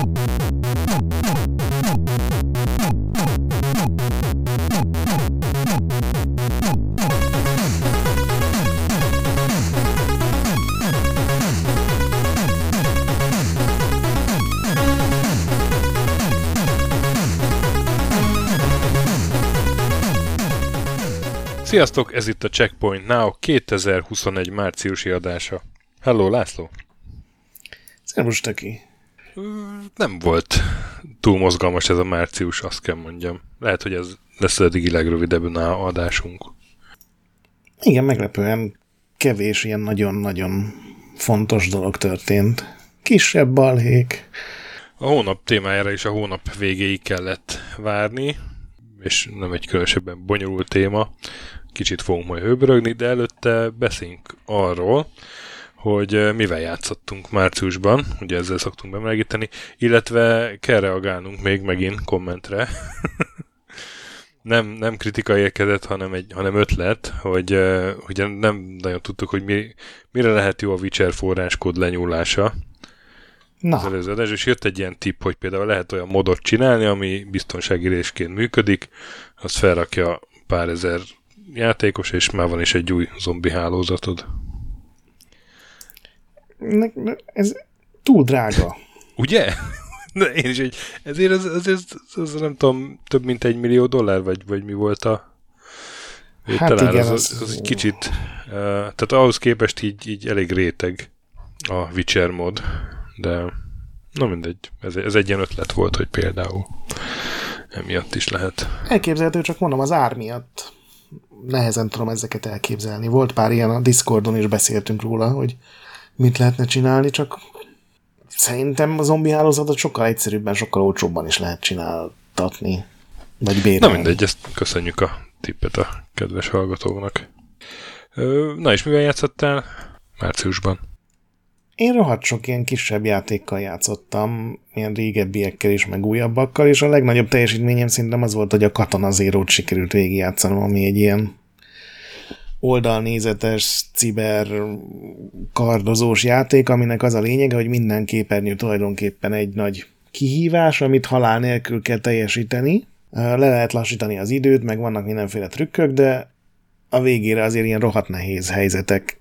Sziasztok, ez itt a Checkpoint Now 2021 márciusi adása. Hello, László! Szervus, Töki! Nem volt túl mozgalmas ez a március, azt kell mondjam. Lehet, hogy ez lesz az eddigi legrövidebb adásunk. Igen, meglepően kevés ilyen nagyon-nagyon fontos dolog történt. Kisebb balhék. A hónap témájára is a hónap végéig kellett várni, és nem egy különösebben bonyolult téma. Kicsit fogunk majd hőbörögni, de előtte beszéljünk arról, hogy mivel játszottunk márciusban, ugye ezzel szoktunk bemelegíteni, illetve kell reagálnunk még megint kommentre. nem kritika érkezett, hanem ötlet, hogy ugye nem nagyon tudtuk, hogy mire lehet jó a Witcher forráskód lenyúlása. Az előző adás, és jött egy ilyen tipp, hogy például lehet olyan modot csinálni, ami biztonsági résként működik, azt felrakja pár ezer játékos, és már van is egy új zombi hálózatod. Ez túl drága. Ugye? Én is ezért az nem tudom, több mint $1 millió, vagy mi volt a... Hát talán igen, az egy kicsit... tehát ahhoz képest így elég réteg a Witcher mod, de na mindegy. Ez egy ilyen ötlet volt, hogy például emiatt is lehet. Elképzelhető, csak mondom, az ár miatt nehezen tudom ezeket elképzelni. Volt pár ilyen, a Discordon is beszéltünk róla, hogy mit lehetne csinálni, csak szerintem a zombi hálózatot sokkal egyszerűbben, sokkal olcsóbban is lehet csináltatni, vagy bérelni. Na mindegy, ezt köszönjük a tippet a kedves hallgatóknak. Na és mivel játszottál márciusban? Én rohadt sok ilyen kisebb játékkal játszottam, ilyen régebbiekkel is, meg újabbakkal, és a legnagyobb teljesítményem szerintem az volt, hogy a Katana Zero-t sikerült végigjátszanom, ami egy ilyen oldalnézetes, ciber kardozós játék, aminek az a lényege, hogy minden képernyő tulajdonképpen egy nagy kihívás, amit halál nélkül kell teljesíteni. Le lehet lassítani az időt, meg vannak mindenféle trükkök, de a végére azért ilyen rohadt nehéz helyzetek,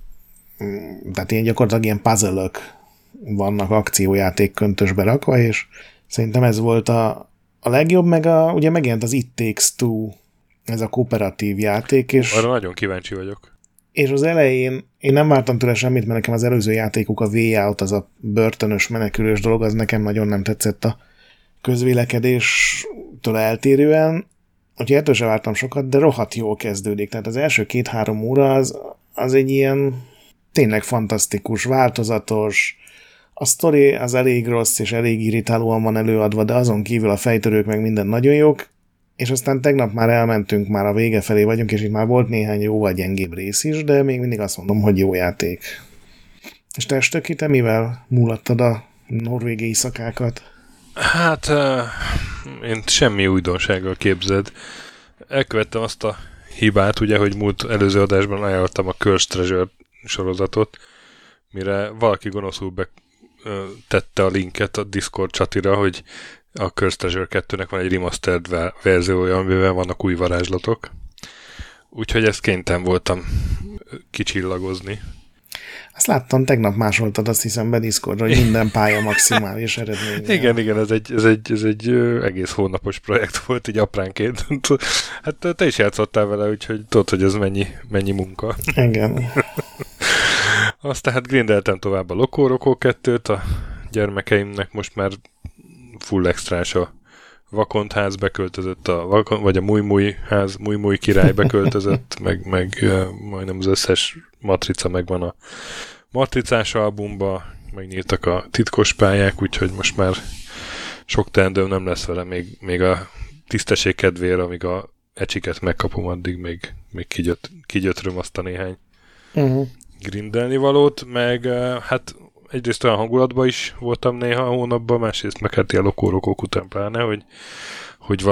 tehát ilyen gyakorlatilag ilyen puzzle-ök vannak akciójáték köntösbe rakva, és szerintem ez volt a legjobb, meg ugye megjelent az It Takes Two, ez a kooperatív játék, és... Arra nagyon kíváncsi vagyok. És az elején én nem vártam tőle semmit, mert nekem az előző játékuk, a Way Out, az a börtönös menekülős dolog, az nekem nagyon nem tetszett a közvélekedéstől eltérően, úgyhogy ettől sem vártam sokat, de rohadt jól kezdődik. Tehát az első 2-3 óra az egy ilyen tényleg fantasztikus, változatos, a sztori az elég rossz és elég irritálóan van előadva, de azon kívül a fejtörők meg minden nagyon jók, és aztán tegnap már elmentünk, már a vége felé vagyunk, és itt már volt néhány jóval gyengébb rész is, de még mindig azt mondom, hogy jó játék. És te Stöki, te mivel múlattad a norvégi éjszakákat? Hát, én semmi újdonsággal képzeld. Elkövettem azt a hibát, ugye, hogy múlt előző adásban ajánlottam a Cursed Treasure sorozatot, mire valaki gonoszul tette a linket a Discord chatira, hogy a Cursed Treasure 2-nek van egy remastered verziója, amiben vannak új varázslatok. Úgyhogy ezt kénytelen voltam kicsillagozni. Azt láttam, tegnap másoltad, azt hiszem be Discordra, hogy minden pálya maximális eredmény. Igen, ez egy egész hónapos projekt volt, így apránként. Hát te is játszottál vele, úgyhogy tudod, hogy ez mennyi munka. Igen. Aztán hát grindeltem tovább a Loco Roco 2-t, a gyermekeimnek most már full extrás a Vakond ház beköltözött, vagy a Múj király beköltözött, meg majdnem az összes matrica megvan a matricás albumba, megnyíltak a titkos pályák, úgyhogy most már sok teendőm nem lesz vele, még a tisztesség kedvére, amíg a ecsiket megkapom, addig még kigyötröm azt a néhány grindelni valót, meg hát egyrészt olyan hangulatban is voltam néha a hónapban, másrészt meg hát ilyen lokórokok után pláne, hogy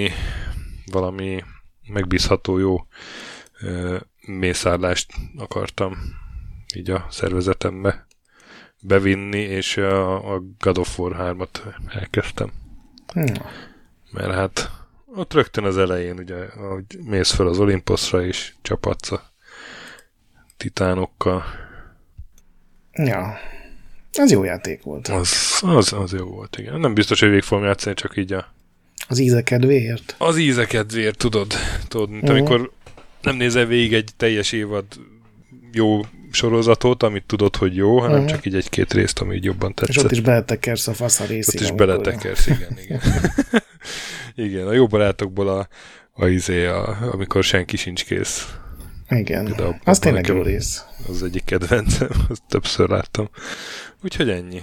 valami megbízható jó mészárlást akartam így a szervezetembe bevinni, és a God of War 3-at elkezdtem. Mert hát ott rögtön az elején, ugye, ahogy mész fel az Olympusra, és csapatsz a titánokkal. Ja, ez jó játék volt. Az jó volt, igen. Nem biztos, hogy végig fogom játszani, csak így az íze kedvéért? Az íze kedvéért, tudod, mint amikor nem nézel végig egy teljes évad jó sorozatot, amit tudod, hogy jó, hanem csak így egy-két részt, ami így jobban tetszett. És ott is beletekersz a fasz a részig. Ott is beletekersz, igen. Igen, a jó barátokból amikor senki sincs kész. Igen, az tényleg jó rész. Az egyik kedvencem, azt többször láttam. Úgyhogy ennyi.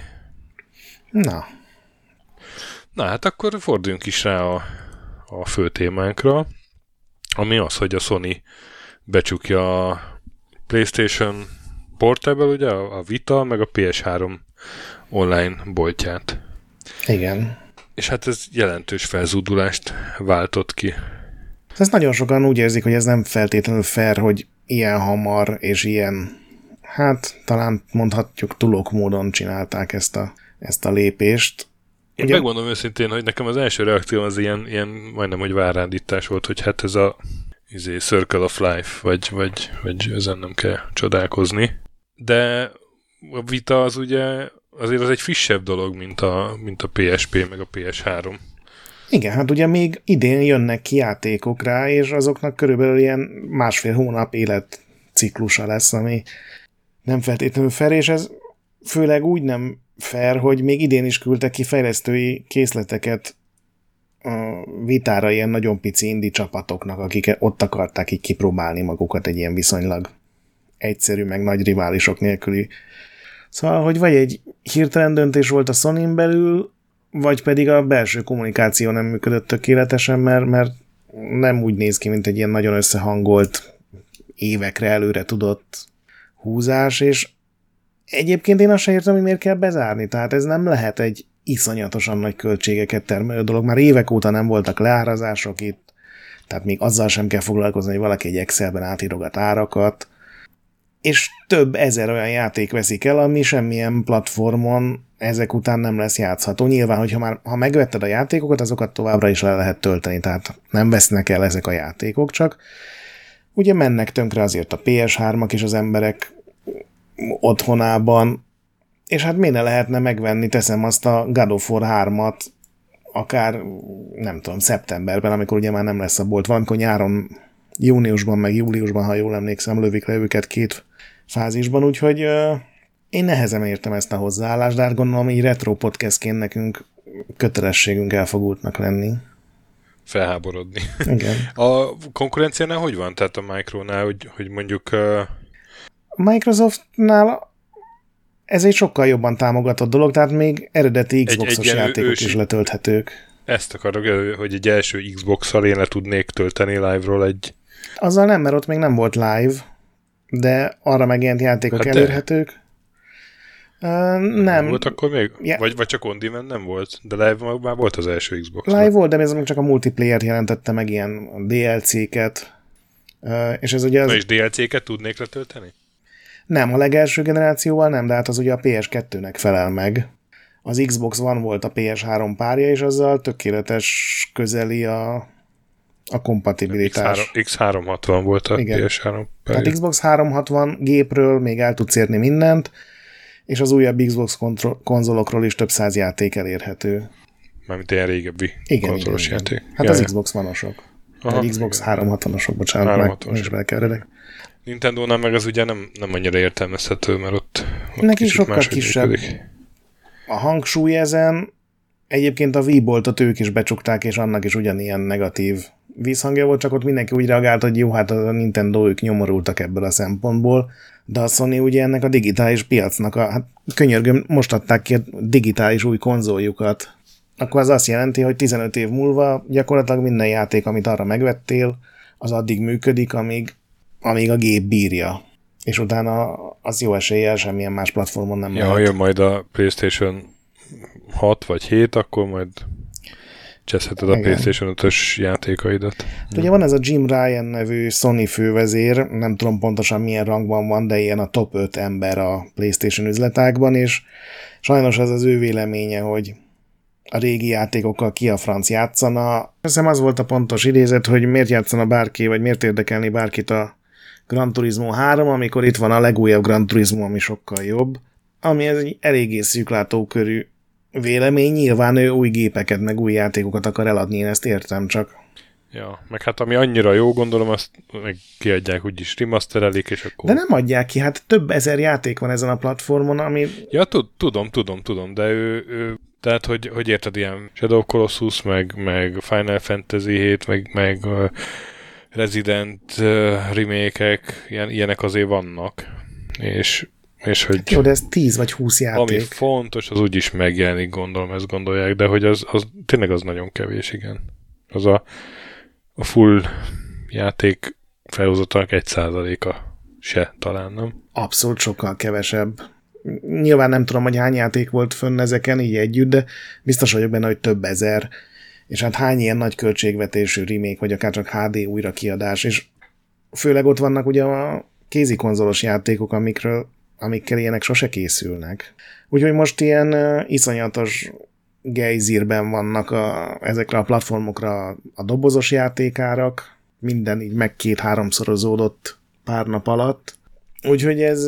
Na hát akkor forduljunk is rá a fő témánkra, ami az, hogy a Sony becsukja a PlayStation Portable, ugye, a Vita, meg a PS3 online boltját. Igen. És hát ez jelentős felzúdulást váltott ki. Ezt nagyon sokan úgy érzik, hogy ez nem feltétlenül fair, hogy ilyen hamar és ilyen, hát talán mondhatjuk tulok módon csinálták ezt a lépést. Én megmondom őszintén, hogy nekem az első reakció az ilyen majdnem, hogy várándítás volt, hogy hát ez a Circle of Life, vagy ezen nem kell csodálkozni. De a Vita az ugye azért az egy frissebb dolog, mint a PSP, meg a PS3. Igen, hát ugye még idén jönnek ki játékok rá, és azoknak körülbelül ilyen 1,5 hónap életciklusa lesz, ami nem feltétlenül fair, és ez főleg úgy nem fair, hogy még idén is küldtek ki fejlesztői készleteket a Vitára ilyen nagyon pici indie csapatoknak, akik ott akarták így kipróbálni magukat egy ilyen viszonylag egyszerű, meg nagy riválisok nélküli. Szóval, hogy vagy egy hirtelen döntés volt a Sonyn belül, vagy pedig a belső kommunikáció nem működött tökéletesen, mert nem úgy néz ki, mint egy ilyen nagyon összehangolt, évekre előre tudott húzás, és egyébként én azt sem értem, hogy miért kell bezárni. Tehát ez nem lehet egy iszonyatosan nagy költségeket termelő dolog. Már évek óta nem voltak leárazások itt, tehát még azzal sem kell foglalkozni, hogy valaki egy Excelben átírogat árakat, és több ezer olyan játék veszik el, ami semmilyen platformon ezek után nem lesz játszható. Nyilván, hogyha ha megvetted a játékokat, azokat továbbra is le lehet tölteni, tehát nem vesznek el ezek a játékok, csak ugye mennek tönkre azért a PS3-ak és az emberek otthonában, és hát miért ne lehetne megvenni, teszem azt a God of War 3-at, akár, nem tudom, szeptemberben, amikor ugye már nem lesz a bolt, valamikor nyáron, júniusban, meg júliusban, ha jól emlékszem, lövik le őket 2 fázisban, úgyhogy én nehezen értem ezt a hozzáállást, de hát gondolom, így retro podcastként nekünk kötelességünk elfogultnak lenni. Felháborodni. Igen. A konkurenciánál hogy van? Tehát a Micronál, hogy mondjuk... A Microsoftnál ez egy sokkal jobban támogatott dolog, tehát még eredeti Xboxos játékok is letölthetők. Ezt akarok, hogy egy első Xbox-szal én le tudnék tölteni live-ról egy... Azzal nem, mert ott még nem volt live, de arra megjelent játékok elérhetők. Nem. Volt akkor még? Yeah. Vagy csak on demand nem volt? De live már volt az első Xbox. Live volt, de ez még csak a multiplayer jelentette meg ilyen DLC-ket. És ez ugye az... És DLC-ket tudnék letölteni? Nem, a legelső generációval nem, de hát az ugye a PS2-nek felel meg. Az Xbox One volt a PS3 párja, és azzal tökéletes közeli a kompatibilitás. X360 volt a igen. PS3 párja. Tehát Xbox 360 gépről még el tudsz érni mindent, és az újabb Xbox konzolokról is több száz játék elérhető. Mármint ilyen régebbi konzolos játék. Hát az Xbox One-osok. Vagy Xbox 360-osok, bocsánat, meg is belkeveredek. Nintendo-nál meg az ugye nem annyira értelmezhető, mert ott neki sokkal kisebb működik. A hangsúly ezen, egyébként a Wii boltot ők is becsukták, és annak is ugyanilyen negatív vízhangja volt, csak ott mindenki úgy reagált, hogy jó, hát a Nintendo ők nyomorultak ebből a szempontból, de a Sony ugye ennek a digitális piacnak, hát könyörgöm, most adták ki a digitális új konzoljukat, akkor az azt jelenti, hogy 15 év múlva gyakorlatilag minden játék, amit arra megvettél, az addig működik, amíg a gép bírja. És utána az jó eséllyel semmilyen más platformon nem lehet. Ha jön majd a PlayStation 6 vagy 7, akkor majd cseszheted a PlayStation 5-ös játékaidat. Ugye van ez a Jim Ryan nevű Sony fővezér, nem tudom pontosan milyen rangban van, de ilyen a top 5 ember a PlayStation üzletágban, és sajnos az az ő véleménye, hogy a régi játékokkal ki a franc játszana. Azt hiszem az volt a pontos idézet, hogy miért játszana bárki, vagy miért érdekelni bárkit a Gran Turismo 3, amikor itt van a legújabb Gran Turismo, ami sokkal jobb. Ami ez egy eléggé szűklátókörű vélemény, nyilván ő új gépeket, meg új játékokat akar eladni, én ezt értem csak. Ja, meg hát ami annyira jó, gondolom, azt meg kiadják, úgyis remasterelik, és akkor... De nem adják ki, hát több ezer játék van ezen a platformon, ami... Ja, tudom, de ő tehát, hogy érted, ilyen Shadow of Colossus, meg Final Fantasy 7, meg Resident remake-ek, ilyenek azért vannak, és hogy... Jó, de ez 10 vagy 20 játék. Ami fontos, az úgyis megjelenik, gondolom, ezt gondolják, de hogy az tényleg az nagyon kevés, igen. Az a full játék felhozatalak 1%-a se, talán nem. Abszolút sokkal kevesebb. Nyilván nem tudom, hogy hány játék volt fönn ezeken így együtt, de biztos vagyok benne, hogy több ezer. És hát hány ilyen nagy költségvetésű remake, vagy akár csak HD újrakiadás, és főleg ott vannak ugye a kézikonzolos játékok, amikkel ilyenek sose készülnek. Úgyhogy most ilyen iszonyatos gejzírben vannak ezekre a platformokra a dobozos játékárak, minden így meg 2-3-szorozódott pár nap alatt. Úgyhogy ez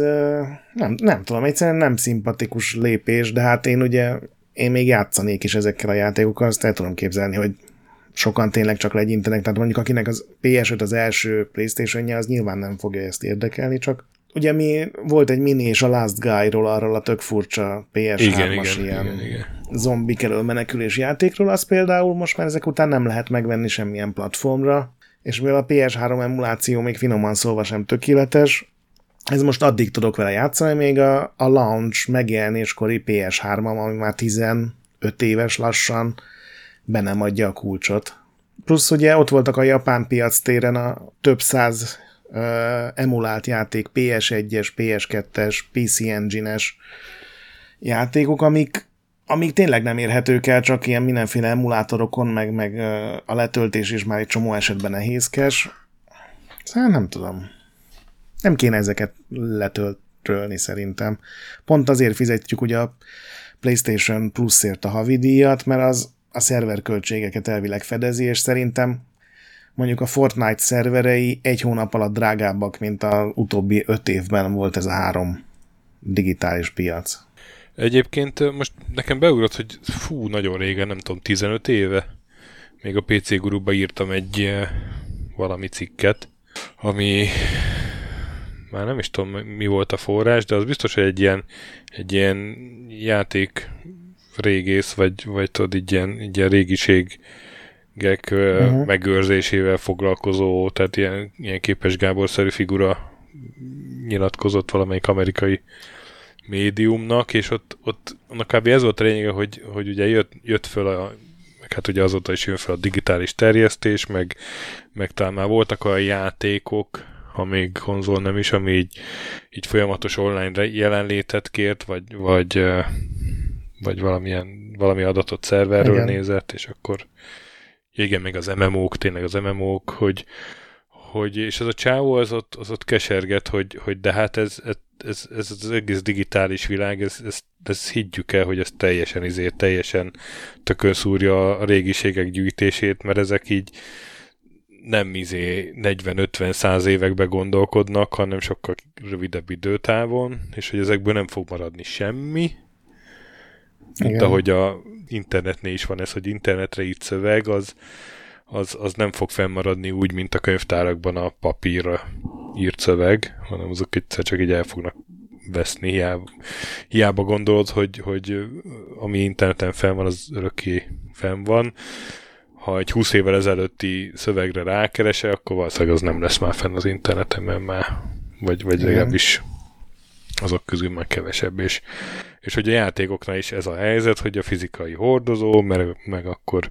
nem tudom, egyszerűen nem szimpatikus lépés, de hát én még játszanék is ezekkel a játékokkal, azt el tudom képzelni, hogy sokan tényleg csak legyintenek, tehát mondjuk akinek az PS5 az első PlayStation-je, az nyilván nem fogja ezt érdekelni, csak ugye volt egy mini és a Last Guy-ról, arról a tök furcsa PS3-as ilyen zombik elől menekülés játékról, az például most már ezek után nem lehet megvenni semmilyen platformra, és mivel a PS3 emuláció még finoman szólva sem tökéletes, ez most addig tudok vele játszani, még a launch megjelenéskori PS3-am, ami már 15 éves lassan, be nem adja a kulcsot. Plusz ugye ott voltak a japán piac téren a több száz emulált játék, PS1-es, PS2-es, PC Engine-es játékok, amik tényleg nem érhetők el, csak ilyen mindenféle emulátorokon, meg a letöltés is már egy csomó esetben nehézkes. Szóval nem tudom. Nem kéne ezeket letöltölni szerintem. Pont azért fizetjük ugye a PlayStation Plus-ért a havidíjat, mert az a szerverköltségeket elvileg fedezi, és szerintem mondjuk a Fortnite szerverei egy hónap alatt drágábbak, mint az utóbbi 5 évben volt ez a 3 digitális piac. Egyébként most nekem beugrott, hogy nagyon régen, nem tudom, 15 éve, még a PC Guruba írtam egy valami cikket, ami már nem is tudom, mi volt a forrás, de az biztos, hogy egy ilyen játék régész, vagy tudod, így ilyen régiségek megőrzésével foglalkozó, tehát ilyen Képes Gábor-szerű figura nyilatkozott valamelyik amerikai médiumnak, és ott annak kb. Ez volt a lényege, hogy ugye jött föl hát ugye azóta is jön fel a digitális terjesztés, meg talán már voltak olyan játékok, ha még konzol nem is, ami így folyamatos online jelenlétet kért, vagy valami adatot szerverről nézett, és akkor igen, meg az MMO-k, tényleg az MMO-k, hogy és ez a csávó az ott keserget, hogy de hát ez az egész digitális világ, ez higgyük el, hogy ez teljesen tökön szúrja a régiségek gyűjtését, mert ezek így nem 40-50-100 évekbe gondolkodnak, hanem sokkal rövidebb időtávon, és hogy ezekből nem fog maradni semmi. Mint ahogy a internetnél is van ez, hogy internetre írt szöveg, az nem fog fennmaradni úgy, mint a könyvtárakban a papírra írt szöveg, hanem azok egyszer csak így el fognak veszni. Hiába gondolod, hogy ami interneten fenn van, az örökké fenn van. Ha egy 20 évvel ezelőtti szövegre rákerese, akkor valószínűleg az nem lesz már fenn az interneten, mert már, vagy legalábbis azok közül már kevesebb, és hogy a játékoknál is ez a helyzet, hogy a fizikai hordozó, meg akkor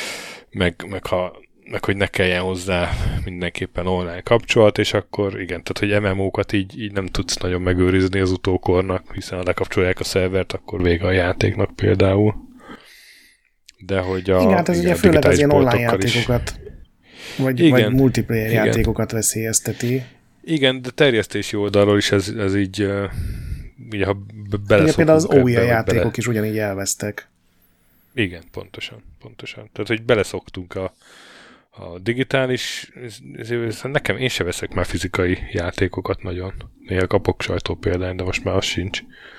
hogy ne kelljen hozzá mindenképpen online kapcsolat, és akkor igen, tehát hogy MMO-kat így nem tudsz nagyon megőrizni az utókornak, hiszen ha lekapcsolják a szervert, akkor vége a játéknak például. de hogy igen, hát ez ugye főleg az ilyen online játékokat, vagy multiplayer játékokat veszélyezteti. Igen, de terjesztési oldalról is ez így, ha beleszokunk. Például az OIA játékok is ugyanígy elvesztek. Igen, pontosan. Tehát, hogy beleszoktunk a digitális, nekem én se veszek már fizikai játékokat nagyon. Néha kapok sajtópéldányt, de most már az sincs.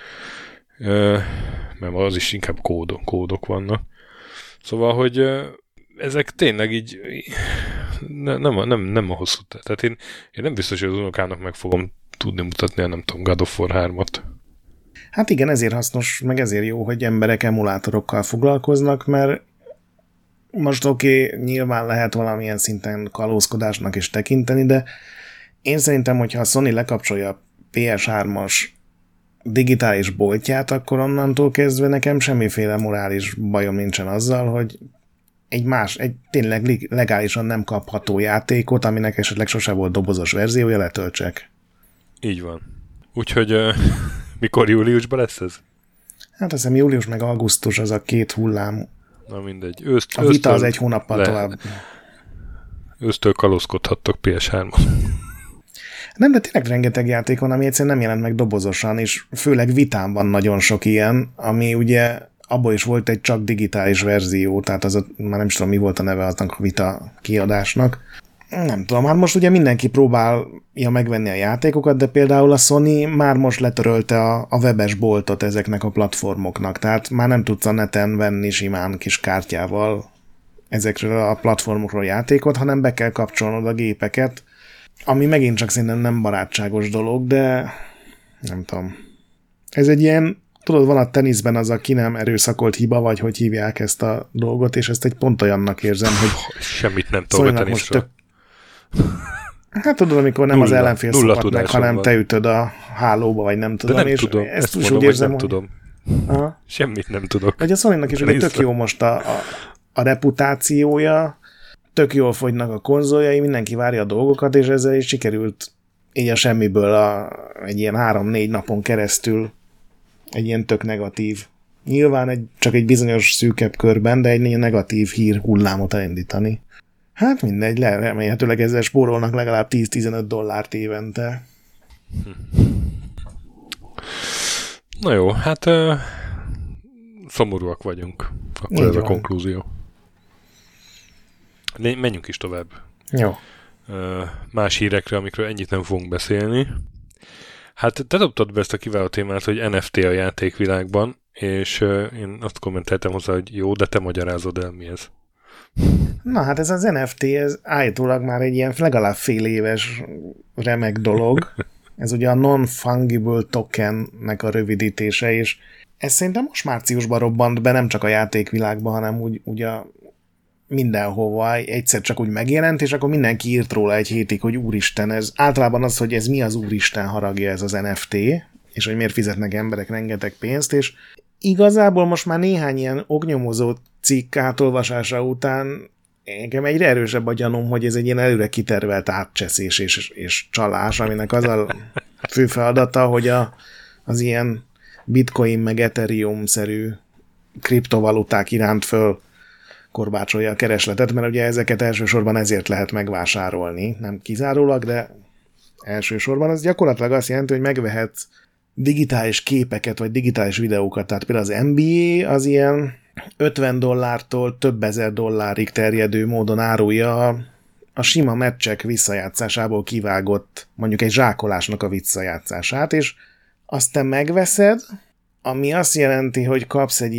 Mert az is inkább kódok vannak. Szóval, hogy ezek tényleg így nem a hosszú. Tehát én nem biztos, hogy az unokának meg fogom tudni mutatni a nem tudom, God of War 3-at. Hát igen, ezért hasznos, meg ezért jó, hogy emberek emulátorokkal foglalkoznak, mert most oké, nyilván lehet valamilyen szinten kalózkodásnak is tekinteni, de én szerintem, hogyha a Sony lekapcsolja a PS3-as digitális boltját, akkor onnantól kezdve nekem semmiféle morális bajom nincsen azzal, hogy egy tényleg legálisan nem kapható játékot, aminek esetleg sose volt dobozos verziója, letöltsek. Így van. Úgyhogy mikor júliusban lesz ez? Hát azt hiszem július meg augusztus az a 2 hullám. Na mindegy. A vita az egy hónappal tovább. Ősztől kalózkodhattok PS3-on. Nem, de tényleg rengeteg játék van, ami egyszerűen nem jelent meg dobozosan, és főleg vitán van nagyon sok ilyen, ami ugye abból is volt egy csak digitális verzió, tehát már nem is tudom, mi volt a neve aznak a vita kiadásnak. Nem tudom, hát most ugye mindenki próbálja megvenni a játékokat, de például a Sony már most letörölte a webes boltot ezeknek a platformoknak, tehát már nem tudsz a neten venni simán kis kártyával ezekről a platformokról játékot, hanem be kell kapcsolnod a gépeket, ami megint csak szerintem nem barátságos dolog, de nem tudom. Ez egy ilyen, tudod, van a teniszben az a ki nem erőszakolt hiba, vagy hogy hívják ezt a dolgot, és ezt egy pont olyannak érzem, hogy semmit nem tudok a teniszről. Hát tudod, amikor nem az ellenfél szakadt meg, hanem te ütöd a hálóba, vagy nem tudom. De nem és tudom, ezt mondom, hogy nem tudom. Aha. Semmit nem tudok. Vagy a Sony-nak is ugye tök jó most a reputációja, tök jól fogynak a konzoljai, mindenki várja a dolgokat, és ezzel is sikerült így a semmiből egy ilyen 3-4 napon keresztül egy ilyen tök negatív, nyilván csak egy bizonyos szűkebb körben, de egy ilyen negatív hír hullámot elindítani. Hát mindegy, remélhetőleg ezzel spórolnak legalább $10-15 évente. Na jó, hát szomorúak vagyunk. Akkor így ez van. A konklúzió. Menjünk is tovább. Jó. Más hírekre, amikről ennyit nem fogunk beszélni. Hát te dobtad be ezt a kiváló témát, hogy NFT a játékvilágban, és én azt kommenteltem hozzá, hogy jó, de te magyarázod el, mi ez. Na hát ez az NFT, ez állítólag már egy ilyen legalább fél éves remek dolog. Ez ugye a Non-Fungible Tokennek a rövidítése, és ez szerintem most márciusban robbant be, nem csak a játékvilágban, hanem úgy mindenhova egyszer csak úgy megjelent, és akkor mindenki írt róla egy hétig, hogy úristen, ez általában az, hogy ez mi az úristen haragja ez az NFT, és hogy miért fizetnek emberek rengeteg pénzt, és igazából most már néhány ilyen oknyomozó cikk átolvasása után engem egyre erősebb a gyanúm, hogy ez egy ilyen előre kitervelt átcseszés és csalás, aminek az a fő feladata, hogy az ilyen bitcoin meg ethereum-szerű kriptovaluták iránt föl korbácsolja a keresletet, mert ugye ezeket elsősorban ezért lehet megvásárolni, nem kizárólag, de elsősorban az gyakorlatilag azt jelenti, hogy megvehetsz digitális képeket, vagy digitális videókat, tehát például az NBA az ilyen $50-tól több ezer dollárig terjedő módon árulja a sima meccsek visszajátszásából kivágott, mondjuk egy zsákolásnak a visszajátszását, és azt te megveszed, ami azt jelenti, hogy kapsz egy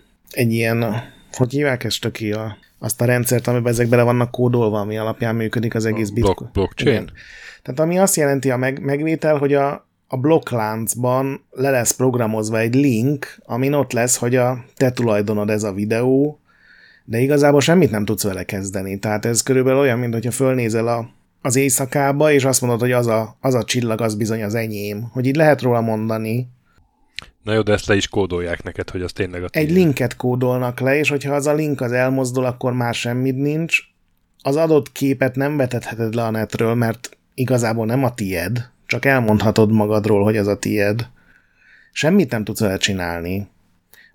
ilyen hogy hívják ezt töké azt a rendszert, amiben ezek bele vannak kódolva, ami alapján működik az egész bitcoin. Blockchain. Igen. Tehát ami azt jelenti a megvétel, hogy a blokkláncban le lesz programozva egy link, amin ott lesz, hogy a te tulajdonod ez a videó, de igazából semmit nem tudsz vele kezdeni. Tehát ez körülbelül olyan, mint hogyha fölnézel az éjszakába, és azt mondod, hogy az a csillag, az bizony az enyém. Hogy így lehet róla mondani. Na jó, de ezt le is kódolják neked, hogy az tényleg a tiéd. Egy linket kódolnak le, és hogyha az a link az elmozdul, akkor már semmit nincs. Az adott képet nem vetetheted le a netről, mert igazából nem a tied, csak elmondhatod magadról, hogy az a tied. Semmit nem tudsz vele csinálni.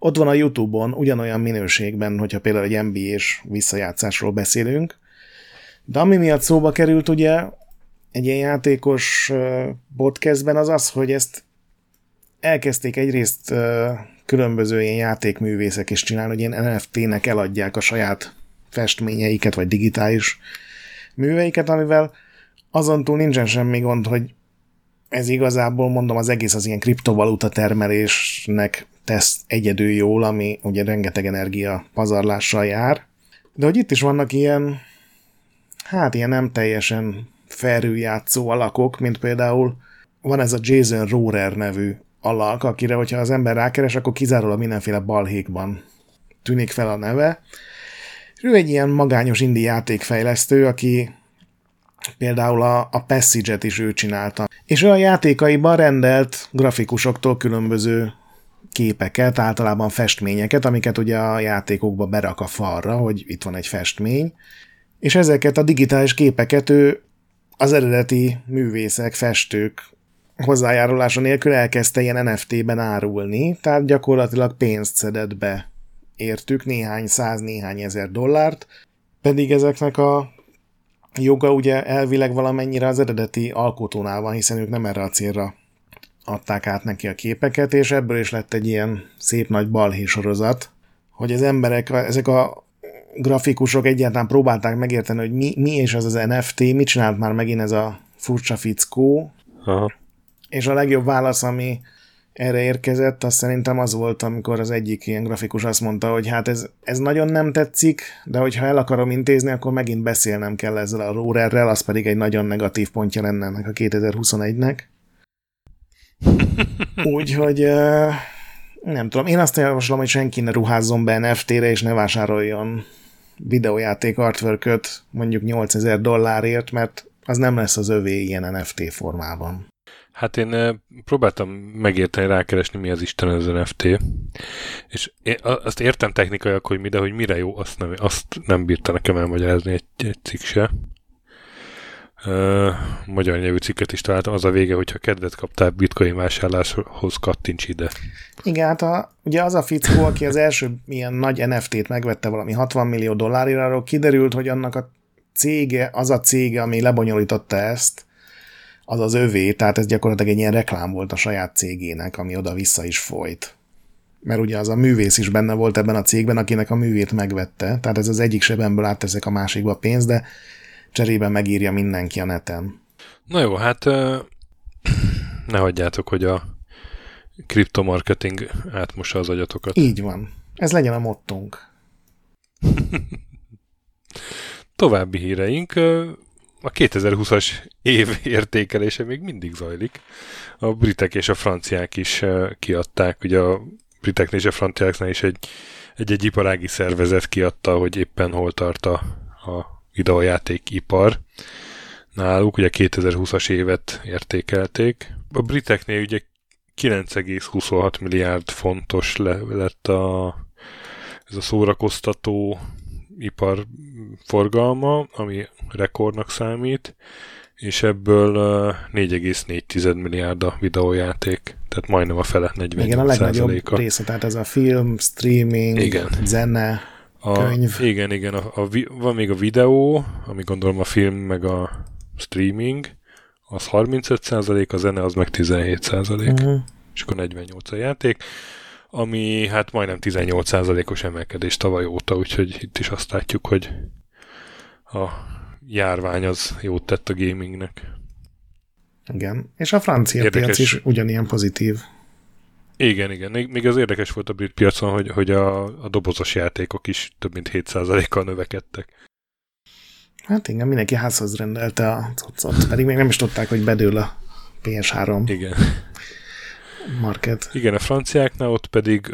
ott van a YouTube-on ugyanolyan minőségben, hogyha például egy NBA-s visszajátszásról beszélünk, de ami miatt szóba került ugye egy ilyen játékos podcastben az az, hogy ezt elkezdték egyrészt különböző ilyen játékművészek is csinálni, hogy ilyen NFT-nek eladják a saját festményeiket, vagy digitális műveiket, amivel azon túl nincsen semmi gond, hogy ez igazából, mondom, az egész az ilyen kriptovaluta termelésnek tesz egyedül jól, ami ugye rengeteg energia pazarlással jár. De hogy itt is vannak ilyen, hát ilyen nem teljesen felrűjátszó alakok, mint például van ez a Jason Rohrer nevű alak, akire, hogyha az ember rákeres, akkor kizárólag mindenféle balhékban tűnik fel a neve. Ő egy ilyen magányos indie játékfejlesztő, aki például a Passage-et is ő csinálta. És ő a játékaiban rendelt grafikusoktól különböző képeket, általában festményeket, amiket ugye a játékokba berak a falra, hogy itt van egy festmény. És ezeket a digitális képeket ő az eredeti művészek, festők hozzájárulása nélkül elkezdte ilyen NFT-ben árulni, tehát gyakorlatilag pénzt szedett be értük, néhány száz, néhány ezer dollárt, pedig ezeknek a joga ugye elvileg valamennyire az eredeti alkotónál van, hiszen ők nem erre a célra adták át neki a képeket, és ebből is lett egy ilyen szép nagy balhé sorozat, hogy az emberek, ezek a grafikusok egyáltalán próbálták megérteni, hogy mi is az NFT, mit csinált már megint ez a furcsa fickó. Aha. És a legjobb válasz, ami erre érkezett, az szerintem az volt, amikor az egyik ilyen grafikus azt mondta, hogy hát ez nagyon nem tetszik, de hogyha el akarom intézni, akkor megint beszélnem kell ezzel a Rohrerrel, az pedig egy nagyon negatív pontja lenne ennek a 2021-nek. Úgyhogy nem tudom, én azt javaslom, hogy senki ne ruházzon be NFT-re, és ne vásároljon videójáték artworköt mondjuk $8000, mert az nem lesz az övé ilyen NFT formában. Hát én próbáltam megérteni, rákeresni, mi az Isten az NFT, és én azt értem technikailag, hogy mi, de hogy mire jó, azt nem bírta nekem elmagyarázni egy cikk se. Magyar nyelvű cikket is találtam, az a vége, hogyha kedvet kaptál bitcoin vásárláshoz, kattints ide. Igen, hát ugye az a fickó, aki az első ilyen nagy NFT-t megvette valami $60 millió, arról kiderült, hogy annak a cége, az a cége, ami lebonyolította ezt, az az övé, tehát ez gyakorlatilag egy ilyen reklám volt a saját cégének, ami oda-vissza is folyt. Mert ugye az a művész is benne volt ebben a cégben, akinek a művét megvette, tehát ez az egyik sebemből átteszek a másikba pénzt, de cserébe megírja mindenki a neten. Na jó, hát ne hagyjátok, hogy a kriptomarketing átmossa az agyatokat. Így van. Ez legyen a mottónk. További híreink. A 2020-as év értékelése még mindig zajlik. A britek és a franciák is kiadták. Ugye a briteknél és a franciáknál is egy iparági szervezet kiadta, hogy éppen hol tart a videójátékipar náluk. Ugye 2020-as évet értékelték. A briteknél ugye 9,26 milliárd fontos lett ez a szórakoztató ipar forgalma, ami rekordnak számít, és ebből 4,4 milliárd a videójáték, tehát majdnem a fele, 40%. Igen, a legnagyobb része, tehát ez a film, streaming, igen. Zene, könyv. Igen, van még a videó, ami gondolom a film meg a streaming, az 35%, a zene az meg 17%, és akkor 48 a játék, ami hát majdnem 18%-os emelkedés tavaly óta, úgyhogy itt is azt látjuk, hogy a járvány az jót tett a gamingnek. Igen, és a francia piac is ugyanilyen pozitív. Igen. Még az érdekes volt a brit piacon, hogy a dobozos játékok is több mint 7%-kal növekedtek. Hát igen, mindenki házhoz rendelte a cuccot, pedig még nem is tudták, hogy bedől a PS3 igen. market. Igen, a franciáknál ott pedig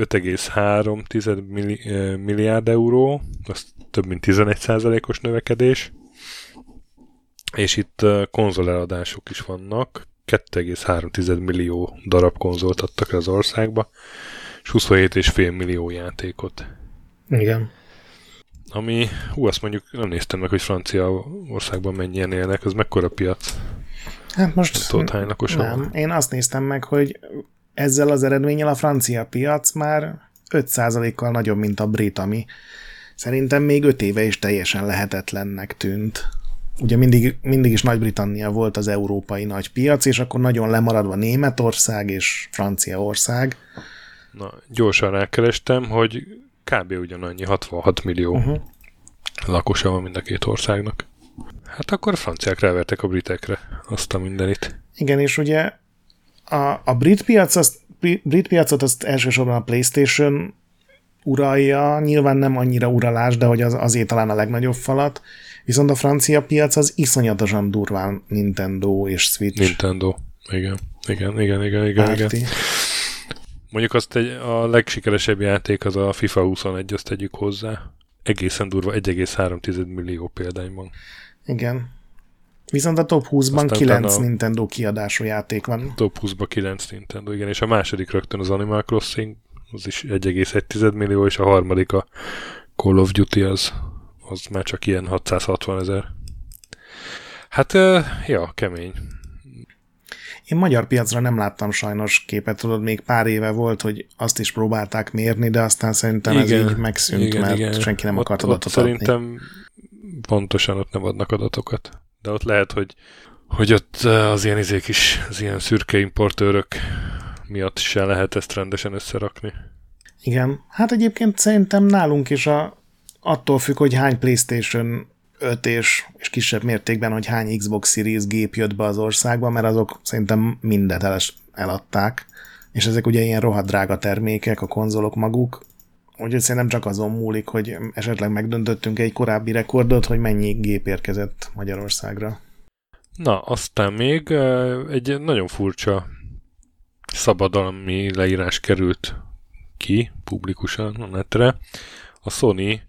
5,3 milliárd euró, az több mint 11%-os növekedés, és itt konzoleladások is vannak, 2,3 millió darab konzolt adtak az országba, és 27,5 millió játékot. Igen. Ami, azt mondjuk nem néztem meg, hogy Franciaországban mennyien élnek, az mekkora piac? Hát most nem. Én azt néztem meg, hogy ezzel az eredménnyel a francia piac már 5%-kal nagyobb, mint a brit, ami szerintem még 5 éve is teljesen lehetetlennek tűnt. Ugye mindig is Nagy-Britannia volt az európai nagy piac, és akkor nagyon lemaradva Németország és Franciaország. Na, gyorsan rákerestem, hogy kb. Ugyanannyi, 66 millió lakosa van mind a két országnak. Hát akkor a franciák rávertek a britekre azt a mindenit. Igen, és ugye a brit piacot azt elsősorban a PlayStation uralja, nyilván nem annyira uralás, de hogy azért talán a legnagyobb falat, viszont a francia piac az iszonyatosan durván Nintendo és Switch. Nintendo, igen. Mondjuk azt a legsikeresebb játék az a FIFA 21, azt tegyük hozzá. Egészen durva, 1,3 millió példányban. Igen. Viszont a top 20-ban aztán 9 Nintendo kiadású játék van. Top 20-ban 9 Nintendo, igen, és a második rögtön az Animal Crossing, az is 1,1 millió, és a harmadik a Call of Duty, az már csak ilyen 660 000. Hát, ja, kemény. Én magyar piacra nem láttam sajnos képet, tudod, még pár éve volt, hogy azt is próbálták mérni, de aztán szerintem ez így megszűnt, mert senki nem akart adatot adni. Szerintem pontosan ott nem adnak adatokat. De ott lehet, hogy ott az ilyen izék is, az ilyen szürke importőrök miatt sem lehet ezt rendesen összerakni. Igen. Hát egyébként szerintem nálunk is attól függ, hogy hány PlayStation 5 és kisebb mértékben, hogy hány Xbox Series gép jött be az országba, mert azok szerintem mindet eladták. És ezek ugye ilyen rohadt drága termékek, a konzolok maguk. Úgyhogy szerintem csak azon múlik, hogy esetleg megdöntöttünk egy korábbi rekordot, hogy mennyi gép érkezett Magyarországra. Na, aztán még egy nagyon furcsa szabadalmi leírás került ki publikusan a netre. A Sony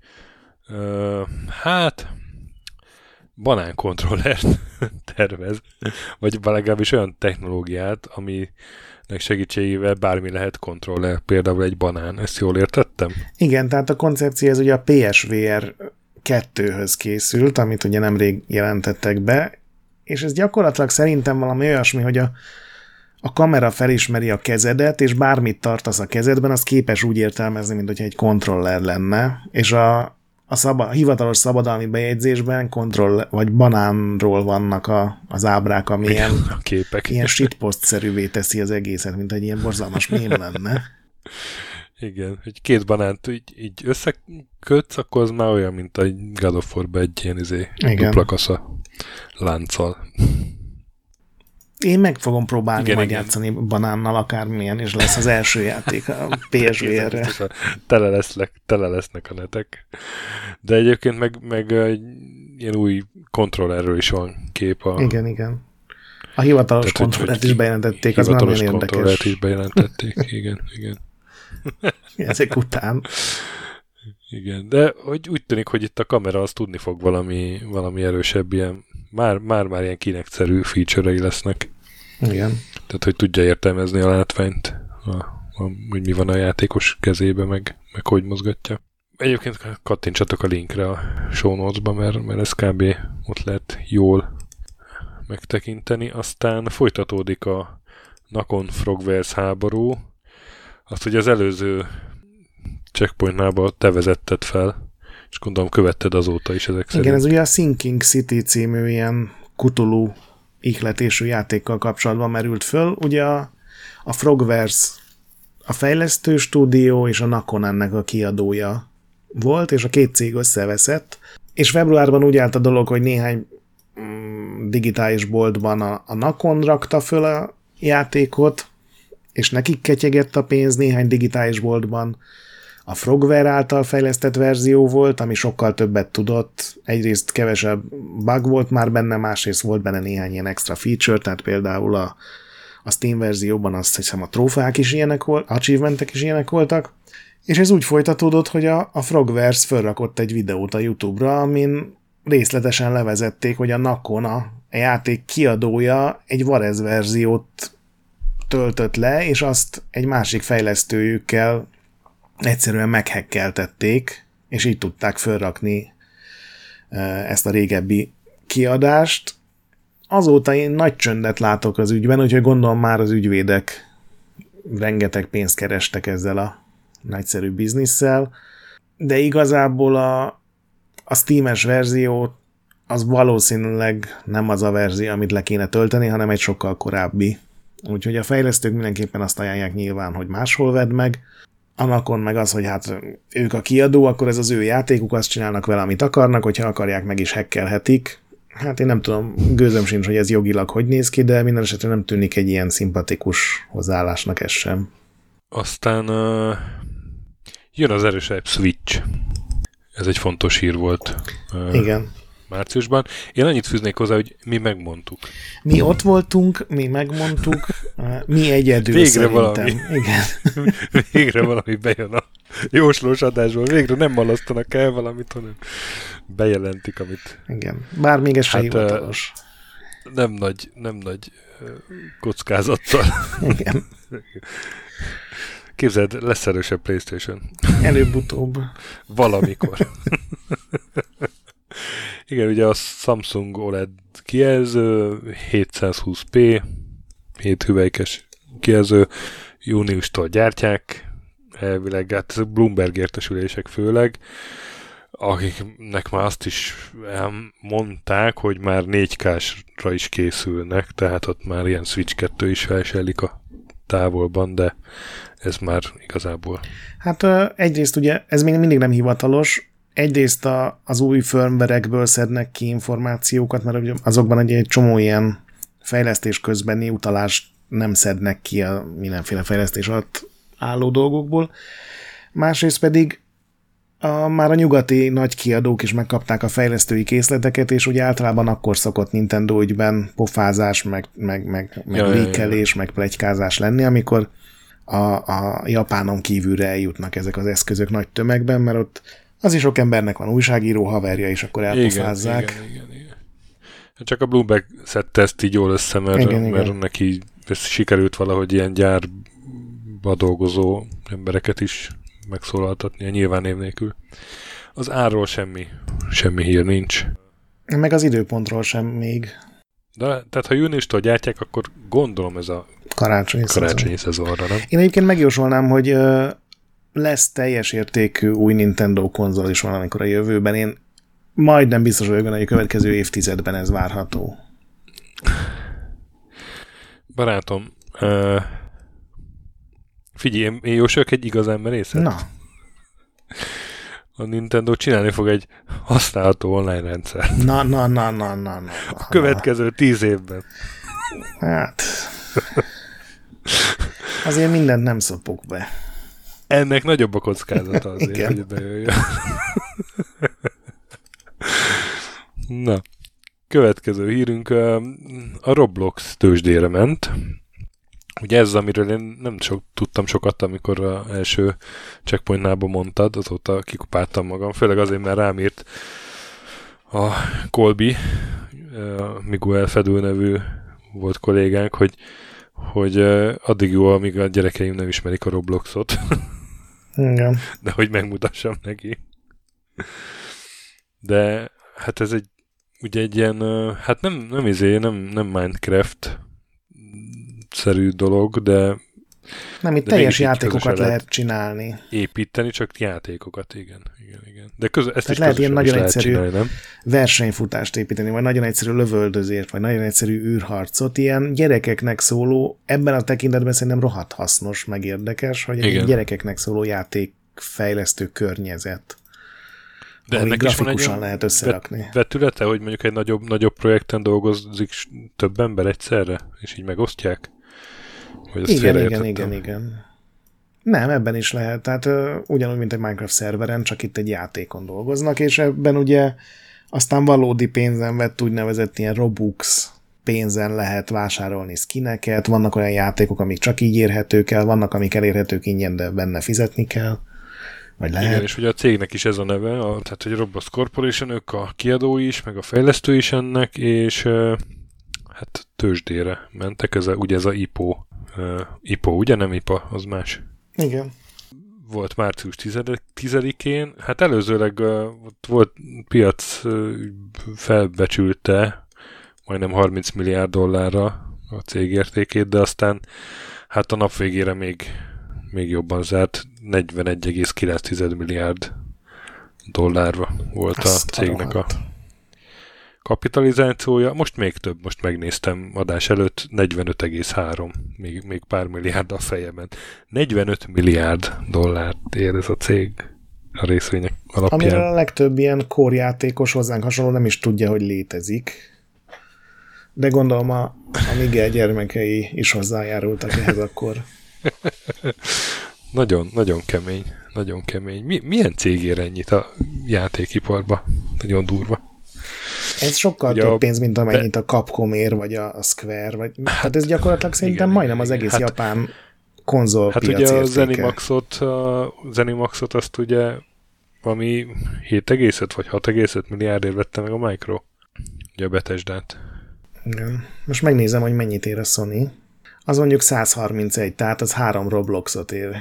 banánkontrollert tervez, vagy legalábbis olyan technológiát, aminek segítségével bármi lehet kontroller, például egy banán. Ezt jól értettem? Igen, tehát a koncepció ez ugye a PSVR 2-höz készült, amit ugye nemrég jelentettek be, és ez gyakorlatilag szerintem valami olyasmi, hogy a kamera felismeri a kezedet, és bármit tartasz a kezedben, az képes úgy értelmezni, mint hogyha egy kontroller lenne, és a hivatalos szabadalmi bejegyzésben vagy banánról vannak az ábrák, ami ilyen shitpost-szerűvé teszi az egészet, mint egy ilyen borzalmas mém lenne. Igen, hogy két banánt így összekötsz, akkor az már olyan, mint a God of War-ba egy ilyen dupla kasza lánccal. Én meg fogom próbálni majd játszani banánnal, akármilyen, és lesz az első játék a PSVR-re. Tele lesznek a netek. De egyébként meg ilyen új kontrollerről is van kép. Igen. A hivatalos kontrollert is bejelentették, az már nagyon érdekes. Hivatalos kontrollert is bejelentették, igen. Ezek után. Igen, de úgy tűnik, hogy itt a kamera az tudni fog valami erősebb ilyen, már ilyen kinect-szerű feature-ei lesznek. Igen. Tehát, hogy tudja értelmezni a látványt, hogy mi van a játékos kezébe, meg hogy mozgatja. Egyébként kattintsatok a linkre a show notes-ba, mert ez kb. Ott lehet jól megtekinteni. Aztán folytatódik a Nakon Frogwares háború. Azt, hogy az előző checkpointnál te vezetted fel, és gondolom követted azóta is ezek szerint. Igen, ez ugye a Sinking City című ilyen Cthulhu ihletésű játékkal kapcsolatban merült föl. Ugye a Frogwares a fejlesztő stúdió, és a Nakon ennek a kiadója volt, és a két cég összeveszett, és februárban úgy állt a dolog, hogy néhány digitális boltban a Nakon rakta föl a játékot, és nekik ketyegett a pénz, néhány digitális boltban a Frogware által fejlesztett verzió volt, ami sokkal többet tudott. Egyrészt kevesebb bug volt már benne, másrészt volt benne néhány ilyen extra feature, tehát például a Steam verzióban azt hiszem a trófeák is ilyenek voltak, achievementek is ilyenek voltak, és ez úgy folytatódott, hogy a Frogwares fölrakott egy videót a YouTube-ra, amin részletesen levezették, hogy a Nakon, a játék kiadója egy Varez verziót töltött le, és azt egy másik fejlesztőjükkel egyszerűen meghekkeltették, és így tudták fölrakni ezt a régebbi kiadást. Azóta én nagy csöndet látok az ügyben, úgyhogy gondolom már az ügyvédek rengeteg pénzt kerestek ezzel a nagyszerű bizniszsel, de igazából a Steam-es verzió az valószínűleg nem az a verzió, amit le kéne tölteni, hanem egy sokkal korábbi. Úgyhogy a fejlesztők mindenképpen azt ajánlják nyilván, hogy máshol vedd meg. Anakon meg az, hogy hát ők a kiadó, akkor ez az ő játékuk, azt csinálnak vele, amit akarnak, hogyha akarják, meg is hackelhetik. Hát én nem tudom, gőzöm sincs, hogy ez jogilag hogy néz ki, de minden esetre nem tűnik egy ilyen szimpatikus hozzáállásnak ez sem. Aztán jön az erősebb Switch. Ez egy fontos hír volt. Igen. Márciusban. Én annyit fűznék hozzá, hogy mi megmondtuk. Mi ott voltunk, mi megmondtuk, mi egyedül végre szerintem. Valami. Igen. Végre valami bejön a jóslós adásból. Végre nem malasztanak el valamit, hanem bejelentik, amit... Igen. Bár még ez se hivatalos. Nem nagy kockázattal. Igen. Képzeld, lesz erősebb PlayStation. Előbb-utóbb. Valamikor. Igen, ugye a Samsung OLED kijelző, 720p, 7 hüvelykes kijelző, júniustól gyártják, elvileg, hát Bloomberg értesülések főleg, akiknek már azt is mondták, hogy már 4K-ra is készülnek, tehát ott már ilyen Switch 2 is felsejlik a távolban, de ez már igazából. Hát egyrészt ugye ez még mindig nem hivatalos, egyrészt az új firmware-ekből szednek ki információkat, mert azokban egy csomó ilyen fejlesztés közbeni utalást nem szednek ki a mindenféle fejlesztés alatt álló dolgokból. Másrészt pedig már a nyugati nagy kiadók is megkapták a fejlesztői készleteket, és ugye általában akkor szokott Nintendo ügyben pofázás, meg lékelés, meg pletykázás lenni, amikor a Japánon kívülre eljutnak ezek az eszközök nagy tömegben, mert ott az is sok embernek van újságíró haverja, és akkor elpofázzák. Igen. Csak a Bloomberg szedte ezt így jól össze, mert neki sikerült valahogy ilyen gyárba dolgozó embereket is megszólaltatni, a nyilván név nélkül. Az árról semmi hír nincs. Meg az időpontról sem még. De, tehát ha júniustól gyártják, akkor gondolom ez a karácsonyi szezonra, nem? Én egyébként megjósolnám, hogy lesz teljes értékű új Nintendo konzol is valamikor a jövőben. Én majdnem biztos vagyok benne, hogy a következő évtizedben ez várható. Barátom, figyelj, én jósolok egy igazán merészet. Na. A Nintendo csinálni fog egy használható online rendszer. Na. A következő 10 évben. Hát... Azért mindent nem szopok be. Ennek nagyobb a kockázata azért, hogy bejöjjön. Na, következő hírünk a Roblox tőzsdére ment. Ugye ez, amiről én nem tudtam sokat, amikor az első checkpointnában mondtad, azóta kikupáltam magam, főleg azért, mert rám írt a Colby, Miguel Fedül nevű volt kollégánk, hogy addig jó, amíg a gyerekeim nem ismerik a Robloxot. Igen. De hogy megmutassam neki. De hát ez egy ilyen, hát nem Minecraft szerű dolog, de nem, itt teljes játékokat lehet csinálni. Építeni, csak játékokat, igen. De ezt is lehet ilyen nagyon egyszerű csinálni, nem? versenyfutást építeni, vagy nagyon egyszerű lövöldözést, vagy nagyon egyszerű űrharcot, ilyen gyerekeknek szóló, ebben a tekintetben szerintem rohadt hasznos, meg érdekes, hogy egy gyerekeknek szóló játékfejlesztő környezet. De ennek is van egy lehet összerakni. Vetülete, hogy mondjuk egy nagyobb projekten dolgozik több ember egyszerre, és így megosztják? Igen. Nem, ebben is lehet. Tehát ugyanúgy, mint egy Minecraft szerveren, csak itt egy játékon dolgoznak, és ebben ugye aztán valódi pénzen vett úgynevezett ilyen Robux pénzen lehet vásárolni skineket, vannak olyan játékok, amik csak így érhetők el, vannak, amik elérhetők ingyen, de benne fizetni kell. Vagy lehet. Igen, és ugye a cégnek is ez a neve, tehát hogy Roblox Corporation, ők a kiadói is, meg a fejlesztő is ennek, és hát tőzsdére mentek, ugye ez a IPO, ugye nem IPA, az más. Igen. Volt március 10-én, hát előzőleg volt piac felbecsülte majdnem $30 milliárd a cég értékét, de aztán hát a nap végére még jobban zárt. 41,9 milliárd dollárba volt a cégnek a kapitalizációja. Most még több, most megnéztem adás előtt, 45,3, még pár milliárd a fejemben. 45 milliárd dollárt ér ez a cég a részvények alapján. Amire a legtöbb ilyen kórjátékos hozzánk hasonló nem is tudja, hogy létezik. De gondolom a Miguel gyermekei is hozzájárultak ehhez akkor. Nagyon, nagyon kemény. Nagyon kemény. Milyen cég ér ennyit a játékiparba? Nagyon durva. Ez sokkal több pénz, mint amennyit a Capcom ér, vagy a Square, vagy... Hát ez gyakorlatilag szerintem igen, majdnem az egész japán konzolpiac értéke. Hát ugye a Zenimaxot azt ugye valami 7,5 vagy 6,5 milliárdért vette meg a Micro. Ugye a Bethesdát. Igen. Most megnézem, hogy mennyit ér a Sony. Az mondjuk 131, tehát az 3 Robloxot ér.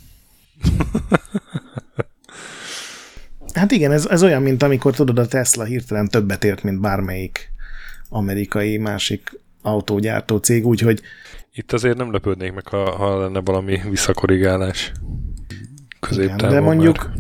Hát igen, ez olyan, mint amikor tudod, a Tesla hirtelen többet ért, mint bármelyik amerikai másik autógyártó cég, úgyhogy... Itt azért nem lepődnék meg, ha lenne valami visszakorrigálás középtávon. De mondjuk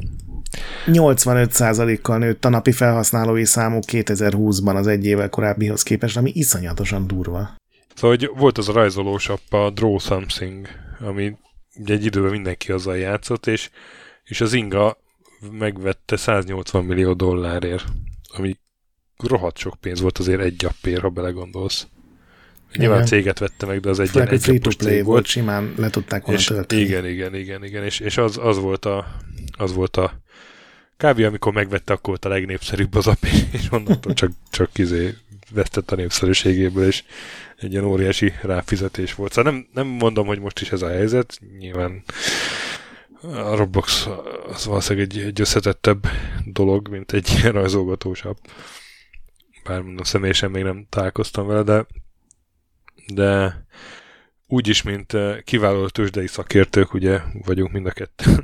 85%-kal nőtt a napi felhasználói számuk 2020-ban az egy évvel korábbihoz képest, ami iszonyatosan durva. Szóval hogy volt az a rajzolós app, a Draw Something, ami ugye egy időben mindenki azzal játszott, és az Inga megvette 180 millió dollárért, ami rohadt sok pénz volt azért egy appért, ha belegondolsz. Nyilván céget vette meg, de az egy appos cég volt. Simán le tudták volna tölteni. Igen. És az volt a kb. Amikor megvette, akkor volt a legnépszerűbb az app, és onnantól csak vesztett a népszerűségéből, és egy ilyen óriási ráfizetés volt. Szóval nem mondom, hogy most is ez a helyzet. Nyilván a Roblox az valószínűleg egy összetettebb dolog, mint egy ilyen rajzolgatós app. Bár mondom, személyesen még nem találkoztam vele, de úgyis, mint kiváló tőzsdei szakértők, ugye vagyunk mind a ketten.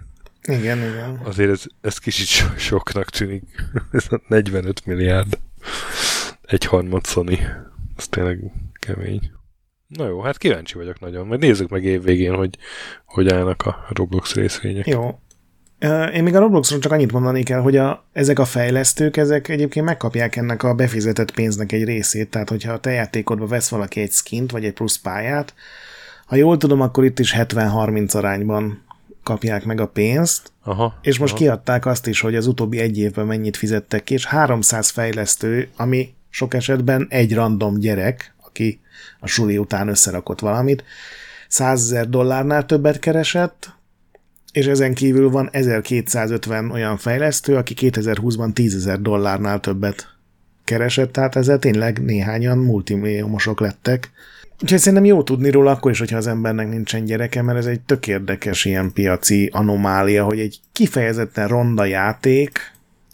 Igen. Azért ez kicsit soknak tűnik. Ez a 45 milliárd. Egy harmad Sony. Ez tényleg kemény. Na jó, hát kíváncsi vagyok nagyon. Majd nézzük meg évvégén, hogy állnak a Roblox részvények. Jó. Én még a Robloxról csak annyit mondani kell, hogy ezek a fejlesztők, ezek egyébként megkapják ennek a befizetett pénznek egy részét, tehát hogyha a te játékodba vesz valaki egy skint, vagy egy plusz pályát, ha jól tudom, akkor itt is 70-30 arányban kapják meg a pénzt, és most kiadták azt is, hogy az utóbbi egy évben mennyit fizettek ki, és 300 fejlesztő, ami sok esetben egy random gyerek, aki a suli után összerakott valamit, $100,000 többet keresett, és ezen kívül van 1250 olyan fejlesztő, aki 2020-ban $10,000 többet keresett, tehát ezzel tényleg néhányan multimilliómosok lettek. Úgyhogy szerintem jó tudni róla akkor is, hogyha az embernek nincsen gyereke, mert ez egy tök érdekes ilyen piaci anomália, hogy egy kifejezetten ronda játék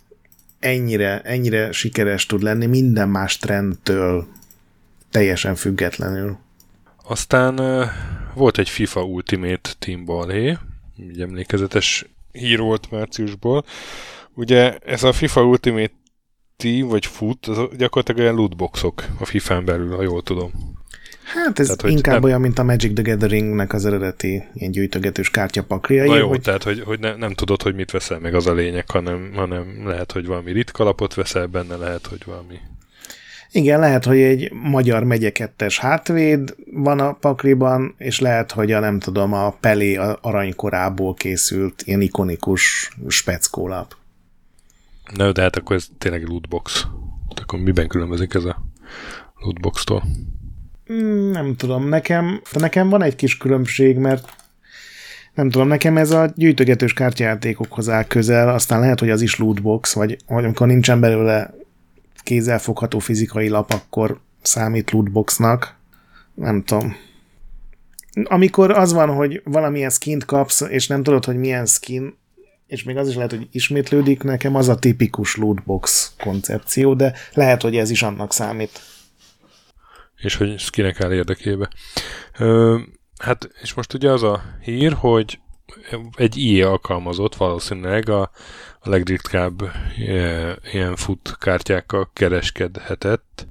ennyire sikeres tud lenni minden más trendtől teljesen függetlenül. Aztán volt egy FIFA Ultimate Team Ballé, így emlékezetes hír volt márciusból. Ugye ez a FIFA Ultimate Team, vagy FUT, az gyakorlatilag olyan lootboxok a FIFA-n belül, ha jól tudom. Hát ez tehát, inkább olyan, mint a Magic the Gathering-nek az eredeti ilyen gyűjtögetős kártyapakliai. Na jó, tehát hogy nem tudod, hogy mit veszel meg, az a lényeg, hanem lehet, hogy valami ritka lapot veszel benne, lehet, hogy valami... Igen, lehet, hogy egy magyar megye 2-es hátvéd van a pakliban, és lehet, hogy a Pelé aranykorából készült ilyen ikonikus speckólap. Na, de hát akkor ez tényleg lootbox. Akkor miben különbözik ez a lootbox-tól? Nem tudom, nekem van egy kis különbség, mert nem tudom, nekem ez a gyűjtögetős kártyajátékokhoz áll közel, aztán lehet, hogy az is lootbox, vagy amikor nincsen belőle kézzelfogható fizikai lap, akkor számít lootboxnak. Nem tudom. Amikor az van, hogy valamilyen skint kapsz, és nem tudod, hogy milyen skin, és még az is lehet, hogy ismétlődik, nekem az a tipikus lootbox koncepció, de lehet, hogy ez is annak számít. És hogy skinek áll érdekébe. Hát, és most ugye az a hír, hogy egy EA alkalmazott valószínűleg a legritkább ilyen fut kártyákkal kereskedhetett.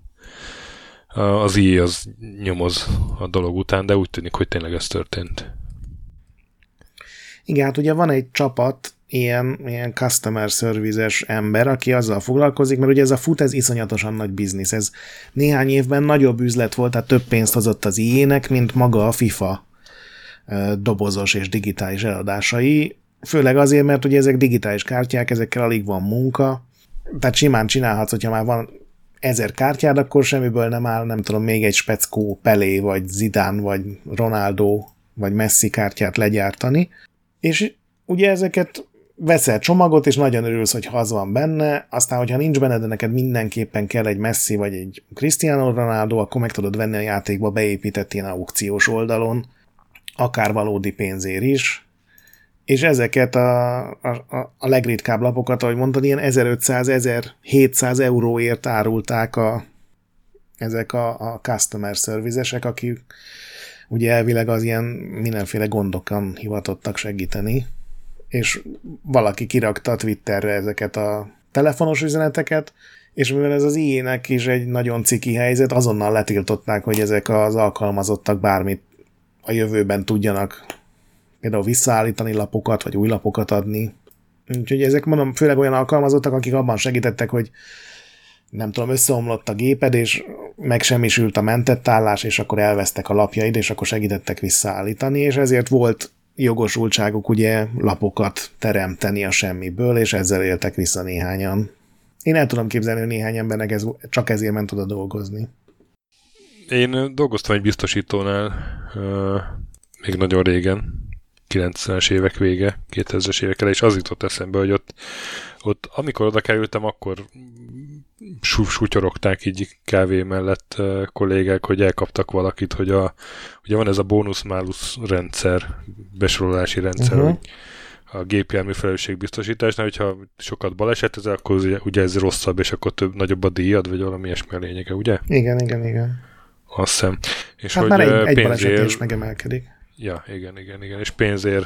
Az EA az nyomoz a dolog után, de úgy tűnik, hogy tényleg ez történt. Igen, hát ugye van egy csapat, ilyen customer service-es ember, aki azzal foglalkozik, mert ugye ez a fut, ez iszonyatosan nagy biznisz. Ez néhány évben nagyobb üzlet volt, tehát több pénzt hozott az EA-nek, mint maga a FIFA dobozos és digitális eladásai. Főleg azért, mert ugye ezek digitális kártyák, ezekkel alig van munka, tehát simán csinálhatsz, hogyha már van 1000 kártyád, akkor semmiből nem áll, nem tudom, még egy speckó Pelé, vagy Zidane, vagy Ronaldo, vagy Messi kártyát legyártani. És ugye ezeket veszel csomagot, és nagyon örülsz, hogy az van benne, aztán, hogyha nincs benne, de neked mindenképpen kell egy Messi, vagy egy Cristiano Ronaldo, akkor meg tudod venni a játékba beépített ilyen aukciós oldalon, akár valódi pénzért is, és ezeket a legritkább lapokat, ahogy mondtad, ilyen 1500-1700 euróért árulták ezek a customer service-esek, akik ugye elvileg az ilyen mindenféle gondokon hivatottak segíteni, és valaki kirakta a Twitterre ezeket a telefonos üzeneteket, és mivel ez az EA-nek is egy nagyon ciki helyzet, azonnal letiltották, hogy ezek az alkalmazottak bármit a jövőben tudjanak például visszaállítani lapokat, vagy új lapokat adni. Úgyhogy ezek, mondom, főleg olyan alkalmazottak, akik abban segítettek, hogy nem tudom, összeomlott a géped, és megsemmisült a mentett állás, és akkor elvesztek a lapjaid, és akkor segítettek visszaállítani, és ezért volt jogosultságuk ugye lapokat teremteni a semmiből, és ezzel éltek vissza néhányan. Én el tudom képzelni, hogy néhány embernek ez csak ezért ment oda dolgozni. Én dolgoztam egy biztosítónál még nagyon régen, 90-es évek vége, 2000-es évek elejé, és az jutott eszembe, hogy ott amikor oda kerültem, akkor sutyorogták így kávé mellett kollégák, hogy elkaptak valakit, hogy ugye van ez a bónusz-málusz rendszer, besorolási rendszer, hogy a gépjármű felelősségbiztosításnál, hogyha sokat balesetezel, akkor ugye ez rosszabb, és akkor nagyobb a díjad, vagy valami ilyesmi a lényege, ugye? Igen. Azt hiszem. És hát hogy már egy baleset is megemelkedik. Ja, igen. És pénzért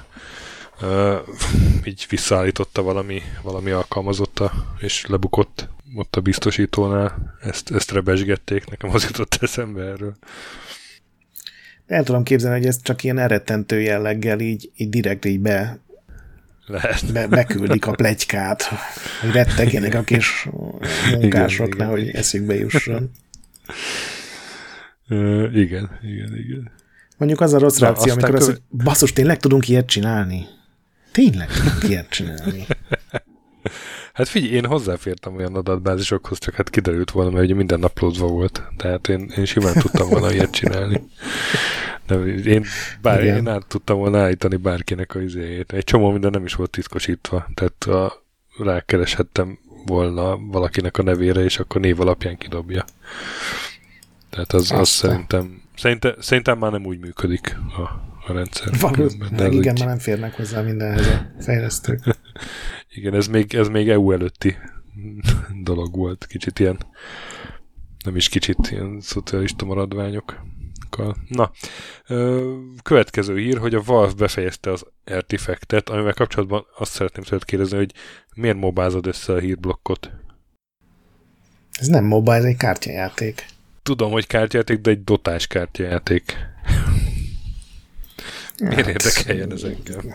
így visszaállította valami alkalmazotta, és lebukott ott a biztosítónál. Ezt rebesgették, nekem az jutott eszembe erről. El tudom képzelni, hogy ez csak ilyen elrettentő jelleggel így direkt így beküldik a pletykát, hogy rettegjenek a kis munkások, nehogy eszükbe jusson. Igen. Mondjuk az a rossz reakció, amikor az, hogy basszus, tényleg tudunk ilyet csinálni? Tényleg tudunk ilyet csinálni? Hát figyelj, én hozzáfértem olyan adatbázisokhoz, csak hát kiderült volna, mert ugye minden uploadva volt. Tehát én simán tudtam volna ilyet csinálni. De én át tudtam volna állítani bárkinek a izéjét. Egy csomó minden nem is volt titkosítva. Tehát rákereshettem volna valakinek a nevére, és akkor név alapján kidobja. Tehát az szerintem már nem úgy működik a rendszer. Igen, már nem férnek hozzá mindenhez a fejlesztők. Igen, ez még EU előtti dolog volt. Kicsit ilyen, nem is kicsit, ilyen szocialista maradványokkal. Na, következő hír, hogy a Valve befejezte az Artifactet, amivel kapcsolatban azt szeretném tőled kérdezni, hogy miért mobázod össze a hírblokkot? Ez nem moba, ez egy kártyajáték. Tudom, hogy kártyajáték, de egy dotás kártyajáték. Miért érdekeljen ez engem?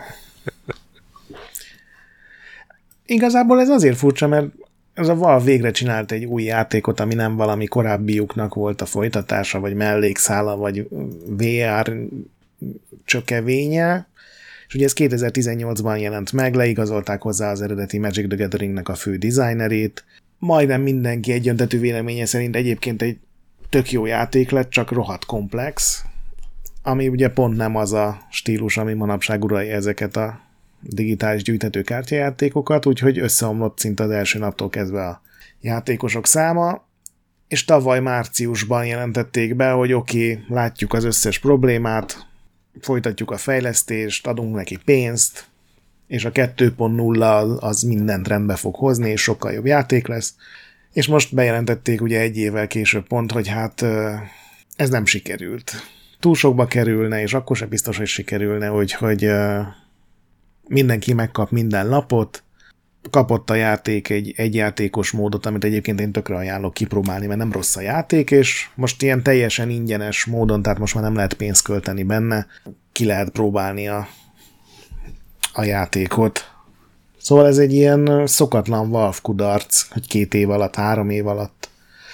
Igazából ez azért furcsa, mert ez a Valve végre csinált egy új játékot, ami nem valami korábbiuknak volt a folytatása, vagy mellékszála, vagy VR csökevénye, és ugye ez 2018-ban jelent meg, leigazolták hozzá az eredeti Magic the Gatheringnek a fő designerét. Majdnem mindenki egyöntetű véleménye szerint egyébként egy tök jó játék lett, csak rohadt komplex, ami ugye pont nem az a stílus, ami manapság uralja ezeket a digitális gyűjthető kártyajátékokat, úgyhogy összeomlott szinte az első naptól kezdve a játékosok száma, és tavaly márciusban jelentették be, hogy oké, látjuk az összes problémát, folytatjuk a fejlesztést, adunk neki pénzt, és a 2.0 az mindent rendbe fog hozni, és sokkal jobb játék lesz, és most bejelentették ugye egy évvel később pont, hogy hát ez nem sikerült. Túl sokba kerülne, és akkor sem biztos, hogy sikerülne, hogy mindenki megkap minden lapot, kapott a játék egy játékos módot, amit egyébként én tökre ajánlok kipróbálni, mert nem rossz a játék, és most ilyen teljesen ingyenes módon, tehát most már nem lehet pénzt költeni benne, ki lehet próbálni a játékot. Szóval ez egy ilyen szokatlan Valve kudarc, hogy 2 év alatt, 3 év alatt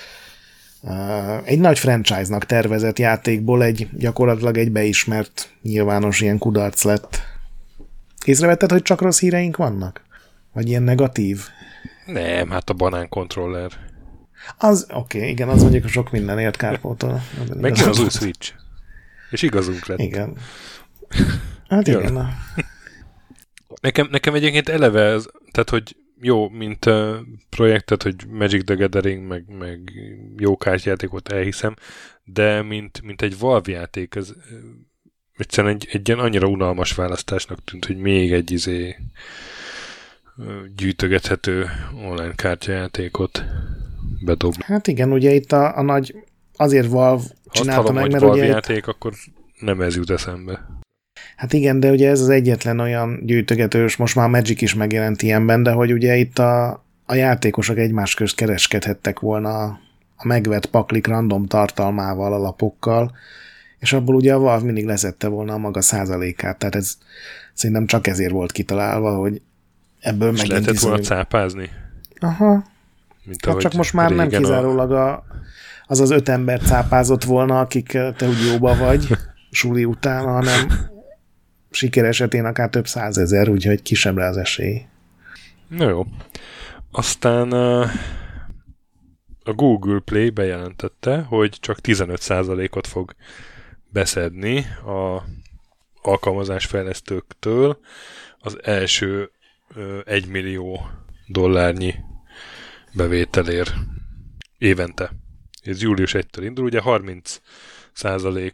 egy nagy franchise-nak tervezett játékból gyakorlatilag egy beismert nyilvános ilyen kudarc lett. Észrevetted, hogy csak rossz híreink vannak? Vagy ilyen negatív? Nem, hát a banán kontroller. Az, oké, igen, az mondjuk sok mindenért kárpótol. Megjön az új Switch. És igazunk lett. Igen. Hát igen. Nekem egyébként eleve ez, tehát hogy jó, mint projektet, hogy Magic the Gathering, meg jó kártyátékot elhiszem, de mint egy Valve játék, ez egyszerűen egy ilyen annyira unalmas választásnak tűnt, hogy még egy gyűjtögethető online kártyajátékot bedob. Hát igen, ugye itt a nagy, azért Valve csinálta meg, mert Valve ugye játék, akkor nem ez jut eszembe. Hát igen, de ugye ez az egyetlen olyan gyűjtögetős, most már Magic is megjelent ilyenben, de hogy ugye itt a játékosok egymás közt kereskedhettek volna a megvett paklik random tartalmával, alapokkal, és abból ugye a Valve mindig leszette volna a maga százalékát, tehát ez szerintem csak ezért volt kitalálva, hogy ebből megint lehetett volna cápázni? Aha. Hát csak most már nem kizárólag az 5 ember cápázott volna, akik te úgy jóba vagy suli után, hanem siker esetén akár több 100 000, úgyhogy kisebbre az esély. Na jó. Aztán a Google Play bejelentette, hogy csak 15%-ot fog beszedni a alkalmazásfejlesztőktől az első $1 millió bevételért évente. Ez július 1-től indul, ugye 30%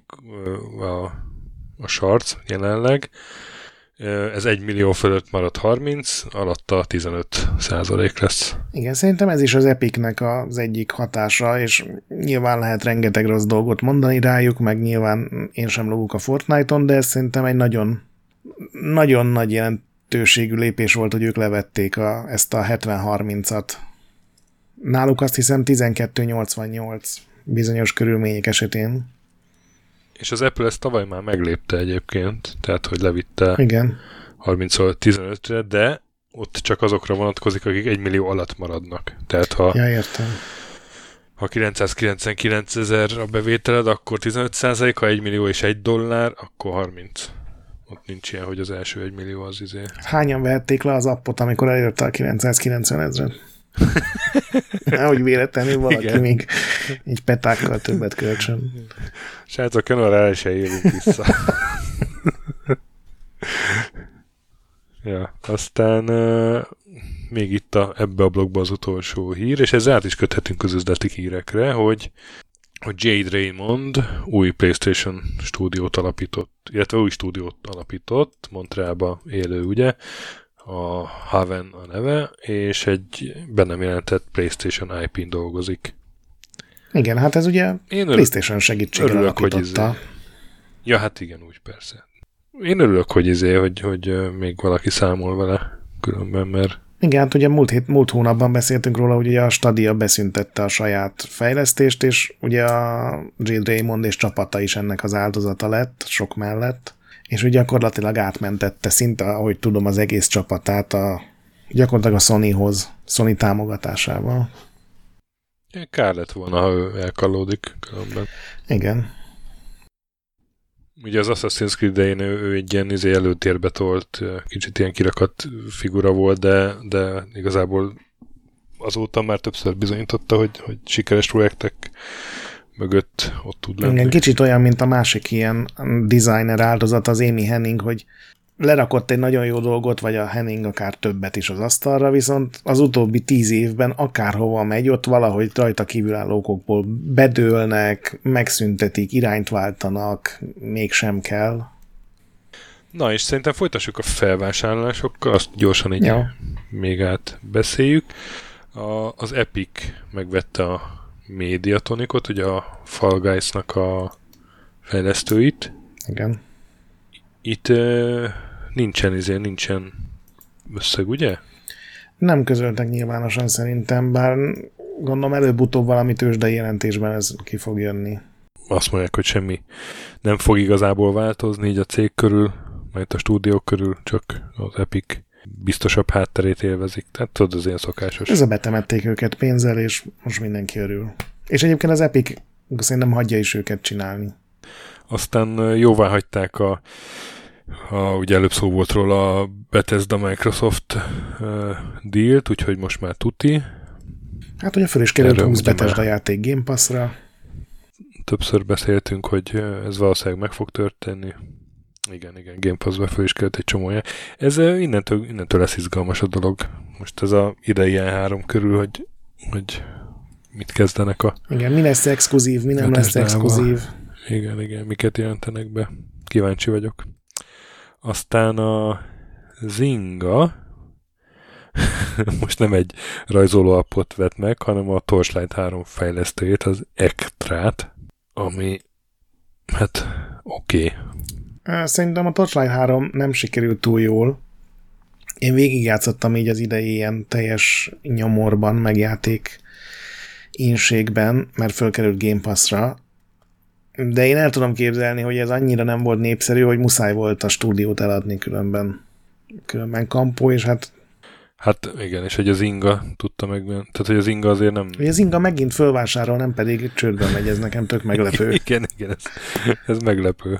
a sarc jelenleg, ez 1 millió fölött maradt 30, alatta 15% lesz. Igen, szerintem ez is az Epicnek az egyik hatása, és nyilván lehet rengeteg rossz dolgot mondani rájuk, meg nyilván én sem logok a Fortnite-on, de ez szerintem egy nagyon, nagyon nagy jelentőségű lépés volt, hogy ők levették ezt a 70-30-at. Náluk azt hiszem 12-88 bizonyos körülmények esetén. És az Apple ezt tavaly már meglépte egyébként, tehát hogy levitte igen. 30-15-re, de ott csak azokra vonatkozik, akik 1 millió alatt maradnak. Tehát értem. Ha 999 000 a bevételed, akkor 15%, ha 1 millió és $1, akkor 30. Ott nincs ilyen, hogy az első 1 millió az Hányan vehették le az appot, amikor elérte a 990 000-et? Nehogy véletlenül valaki igen. Még így petákkal többet kölcsön. Srácok, január 1-re élünk vissza. Ja, aztán még itt ebbe a blogban az utolsó hír, és ezzel át is köthetünk az üzleti hírekre, hogy Jade Raymond új PlayStation stúdiót alapított, illetve új stúdiót alapított, Montrealba élő, ugye, a Haven a neve, és egy bennem jelentett PlayStation IP-n dolgozik. Igen, hát ez ugye PlayStation segítséggel alapította. Ja, hát igen, úgy persze. Én örülök, hogy még valaki számol vele különben, mert... Igen, hát ugye múlt hónapban beszéltünk róla, hogy ugye a Stadia beszüntette a saját fejlesztést, és ugye a Jade Raymond és csapata is ennek az áldozata lett, sok mellett, és úgy gyakorlatilag átmentette szinte, ahogy tudom, az egész csapatát gyakorlatilag a Sonyhoz, Sony támogatásával. Kár lett volna, ha ő elkallódik különben. Igen. Ugye az Assassin's Creed-én ő egy ilyen előtérbe tolt, kicsit ilyen kirakat figura volt, de igazából azóta már többször bizonyította, hogy sikeres projektek mögött ott tud lenni. Igen, kicsit olyan, mint a másik ilyen designer áldozat, az Amy Hennig, hogy lerakott egy nagyon jó dolgot, vagy a Henning akár többet is az asztalra, viszont az utóbbi 10 évben akárhova megy, ott valahogy rajta kívülálló okokból bedőlnek, megszüntetik, irányt váltanak, mégsem kell. Na, és szerintem folytassuk a felvásárlásokkal, azt gyorsan így még átbeszéljük. Az Epic megvette a Mediatonicot, ugye a Fall Guys-nak a fejlesztőit. Igen. Itt nincsen összeg, ugye? Nem közöltek nyilvánosan szerintem, bár gondolom előbb-utóbb valami tőzsdei jelentésben ez ki fog jönni. Azt mondják, hogy semmi nem fog igazából változni így a cég körül, majd a stúdiók körül, csak az Epic biztosabb hátterét élvezik. Tehát tudod, az ilyen szokásos. Ez a betemették őket pénzzel, és most mindenki örül. És egyébként az Epic szerintem hagyja is őket csinálni. Aztán jóvá hagyták ugye előbb szó volt róla a Bethesda Microsoft dealt, úgyhogy most már tuti. Hát ugye föl is került 20 Bethesda játék Game Pass-ra. Többször beszéltünk, hogy ez valószínűleg meg fog történni. Igen, Game Pass-ba föl is került egy csomója. Ez innentől lesz izgalmas a dolog. Most ez a idei E3 körül, hogy mit kezdenek Igen, mi lesz exkluzív, mi nem lesz exkluzív. Igen, miket jelentenek be. Kíváncsi vagyok. Aztán a Zynga most nem egy rajzoló appot vett meg, hanem a Torchlight 3 fejlesztőjét, az Ektrát, ami hát oké. Szerintem a Torchlight 3 nem sikerült túl jól. Én végigjátszottam így az idei ilyen teljes nyomorban, meg játék ínségben, mert fölkerült Game Pass-ra, de én el tudom képzelni, hogy ez annyira nem volt népszerű, hogy muszáj volt a stúdiót eladni különben kampó, és Hát igen, és hogy az Inga tudta meg, tehát hogy az Inga azért nem... Hogy az Inga megint fölvásárol, nem pedig csődben megy, ez nekem tök meglepő. igen, ez meglepő.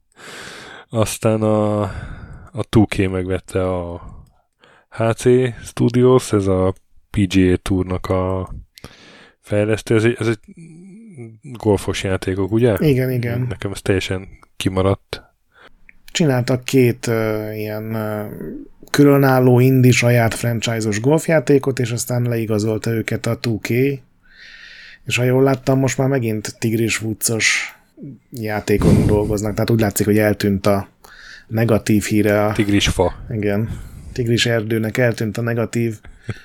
Aztán a 2K megvette a HC Studios, ez a PGA Tournak a fejlesztő, ez egy golfos játékok, ugye? Igen. Nekem ez teljesen kimaradt. Csináltak 2 ilyen különálló indie saját franchise-os golfjátékot, és aztán leigazolta őket a 2K, és ha jól láttam, most már megint Tigris Woods-os játékon dolgoznak, tehát úgy látszik, hogy eltűnt a negatív híre. Tigris fa. Igen. Tigris erdőnek eltűnt a negatív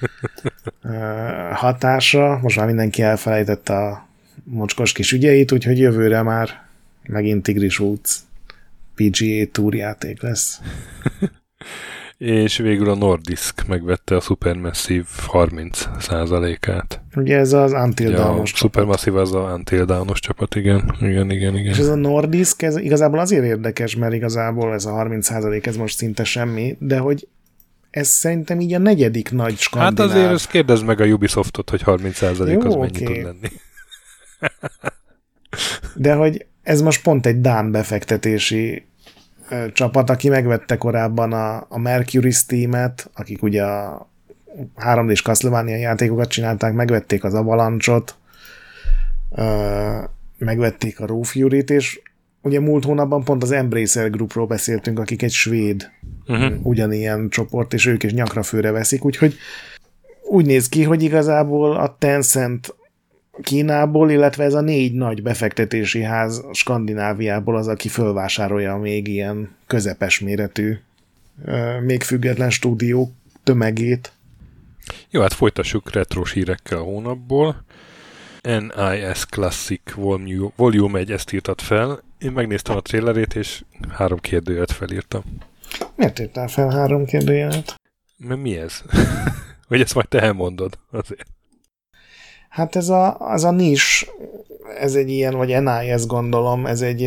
hatása, most már mindenki elfelejtette a mocskos kis ügyeit, úgyhogy jövőre már megint Tigris Woods PGA Tour játék lesz. És végül a Nordisk megvette a Supermassive 30%-át. Ugye ez az Until Dawn-os csapat. Supermassive az a Until Dawn-os csapat, igen. És ez a Nordisk, ez igazából azért érdekes, mert igazából ez a 30% ez most szinte semmi, de hogy ez szerintem így a negyedik nagy skandináv. Hát azért ezt kérdezd meg a Ubisoftot, hogy 30% az mennyi tud lenni. De hogy ez most pont egy dán befektetési csapat, aki megvette korábban a Mercury Steam-et, akik ugye a 3D-s Castlevania játékokat csinálták, megvették az Avalanche-ot, megvették a Raw Fury-t, és ugye múlt hónapban pont az Embracer Groupról beszéltünk, akik egy svéd ugyanilyen csoport, és ők is nyakra főre veszik, úgyhogy úgy néz ki, hogy igazából a Tencent Kínából, illetve ez a 4 nagy befektetési ház Skandináviából az, aki fölvásárolja még ilyen közepes méretű, még független stúdiók tömegét. Jó, hát folytassuk retros hírekkel a hónapból. NIS Classic Volume 1 ezt írtad fel. Én megnéztem a trailerét, és 3 kérdőjelet felírtam. Miért írtál fel 3 kérdőjelet? Mert mi ez? Hogy ezt majd te elmondod azért. Hát ez a nis, ez egy ilyen, vagy NIS gondolom, ez egy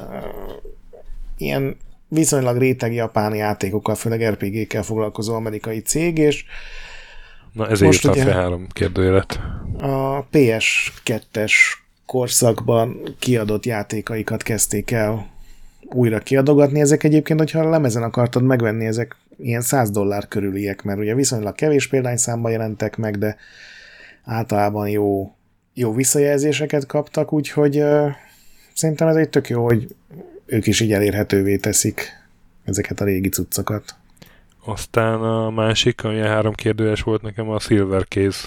ilyen viszonylag réteg japán játékokkal, főleg RPG-kkel foglalkozó amerikai cég, és na ezért írtam fel 3 kérdőjelet. A PS2-es korszakban kiadott játékaikat kezdték el újra kiadogatni. Ezek egyébként, hogyha a lemezen akartad megvenni, ezek ilyen $100 körüliek, mert ugye viszonylag kevés példányszámban jelentek meg, de általában jó visszajelzéseket kaptak, úgyhogy szerintem ez egy tök jó, hogy ők is így elérhetővé teszik ezeket a régi cuccokat. Aztán a másik, ami 3 kérdőjes volt nekem, a Silver Case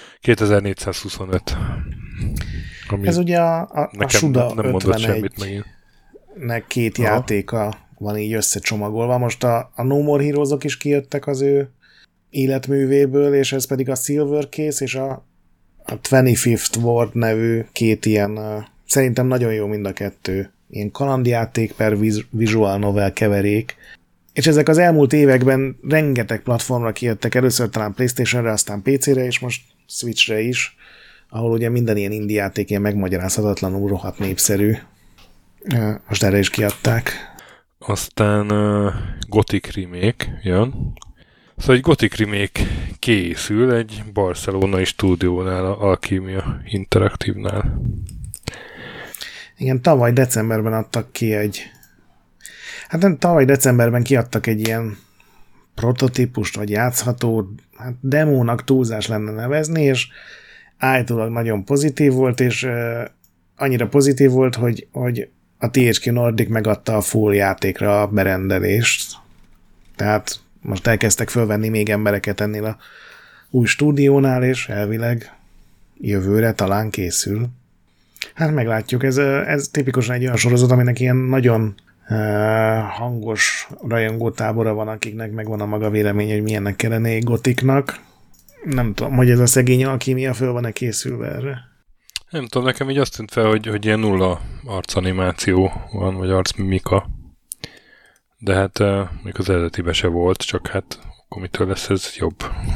2425. Ez ugye a Suda nem 51-nek 2 játéka van így összecsomagolva. Most a No More Heroes-ok is kijöttek az ő életművéből, és ez pedig a Silver Case és a 25th Ward nevű 2 ilyen, szerintem nagyon jó mind a 2, ilyen kalandjáték per visual novel keverék, és ezek az elmúlt években rengeteg platformra kijöttek, először talán PlayStation-re, aztán PC-re, és most Switch-re is, ahol ugye minden ilyen indie játék ilyen megmagyarázhatatlanul rohadt népszerű. Most erre is kiadták. Aztán Gothic remake jön. Szóval egy Gothic remake készül egy barcelonai stúdiónál, a Alchemia Interactive-nál. Igen, tavaly decemberben adtak ki tavaly decemberben kiadtak egy ilyen prototípust, vagy játszható, demónak túlzás lenne nevezni, és állítólag nagyon pozitív volt, és annyira pozitív volt, hogy a THQ Nordic megadta a full játékra a berendelést. Tehát most elkezdtek fölvenni még embereket ennél a új stúdiónál, és elvileg jövőre talán készül. Hát meglátjuk, ez tipikusan egy olyan sorozat, aminek ilyen nagyon hangos rajongótábora van, akiknek megvan a maga vélemény, hogy milyennek kellene egy gotiknak. Nem tudom, hogy ez a szegény alkímia föl van-e készülve erre. Nem tudom, nekem így azt tűnt fel, hogy ilyen nulla arcanimáció van, vagy arcmimika. De hát még az eredetiben se volt, csak hát akkor mitől lesz ez jobb.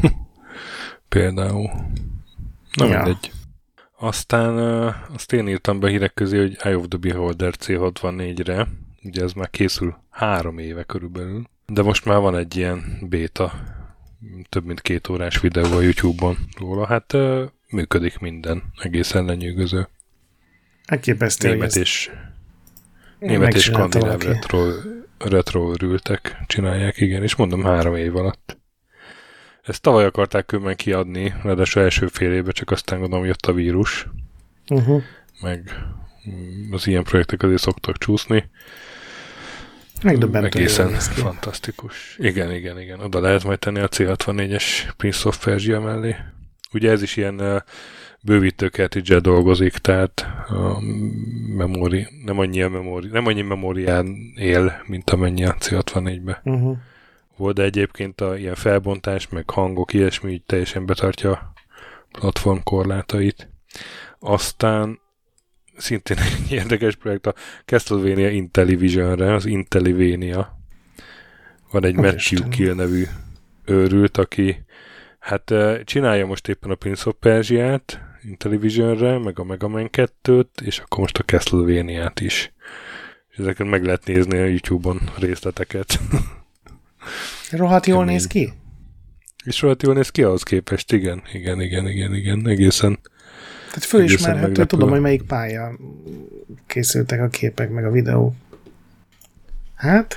Például. Na mindegy. Aztán azt én írtam be hírek közé, hogy Eye of the Beholder C64-re. Ugye ez már készül 3 éve körülbelül. De most már van egy ilyen béta, több mint 2 órás videó a YouTube-on róla. Hát működik minden, egészen lenyűgöző. Elképesztő, német és skandináv retro örültek csinálják, igen, és mondom 3 év alatt. Ezt tavaly akarták különben kiadni, ráadásul első fél évben, csak aztán gondolom jött a vírus. Meg az ilyen projektek azért szoktak csúszni. Megdöbbentő. Egészen fantasztikus. Igen. Oda lehet majd tenni a C64-es Prince of Persia mellé. Ugye ez is ilyen bővítő cartridge-el dolgozik, tehát a nem annyi memórián él, mint amennyi a C64-be. Volt, de egyébként a ilyen felbontás, meg hangok, ilyesmi így teljesen betartja a platform korlátait. Aztán szintén egy érdekes projekt a Castlevania Intellivision-re, az Intellivision. Van egy Matthew Kill nevű őrült, aki hát csinálja most éppen a Prince of Persia-t Intellivision-re, meg a Mega Man 2-t, és akkor most a Castlevania-t is. És ezeket meg lehet nézni a YouTube-on részleteket. Rohadt jól néz ki? És rohadt jól néz ki ahhoz képest, igen, egészen. Tehát fölismerhető, tudom, hogy melyik pálya készültek a képek, meg a videó. Hát,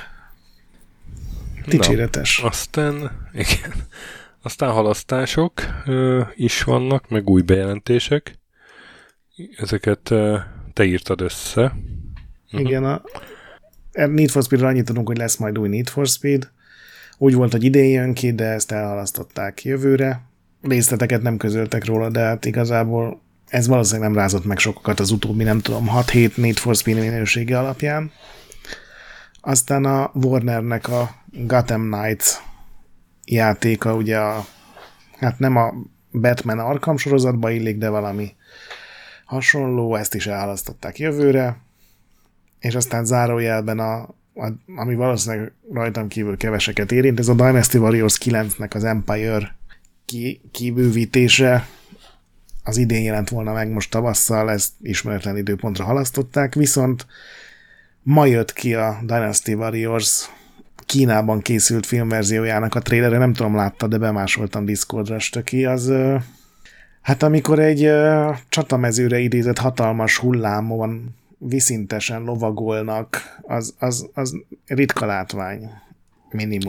dicséretes. Aztán halasztások is vannak, meg új bejelentések. Ezeket te írtad össze. Igen, a Need for Speed-ra annyit tudunk, hogy lesz majd új Need for Speed. Úgy volt, hogy idén jön ki, de ezt elhalasztották jövőre. Részleteket nem közöltek róla, de hát igazából ez valószínűleg nem rázott meg sokakat az utóbbi, nem tudom, 6-7 Need for Speed minősége alapján. Aztán a Warnernek a Gotham Knights játéka, ugye hát nem a Batman Arkham sorozatba illik, de valami hasonló, ezt is elhalasztották jövőre. És aztán zárójelben ami valószínűleg rajtam kívül keveseket érint, ez a Dynasty Warriors 9-nek az Empire kibővítése. Az idén jelent volna meg, most tavasszal, ezt ismeretlen időpontra halasztották, viszont ma jött ki a Dynasty Warriors Kínában készült filmverziójának a trailerre, nem tudom, látta, de bemásoltam Discordra, stöki, az hát amikor egy csatamezőre idézett hatalmas hullámon viszintesen lovagolnak, az ritka látvány. Minimum.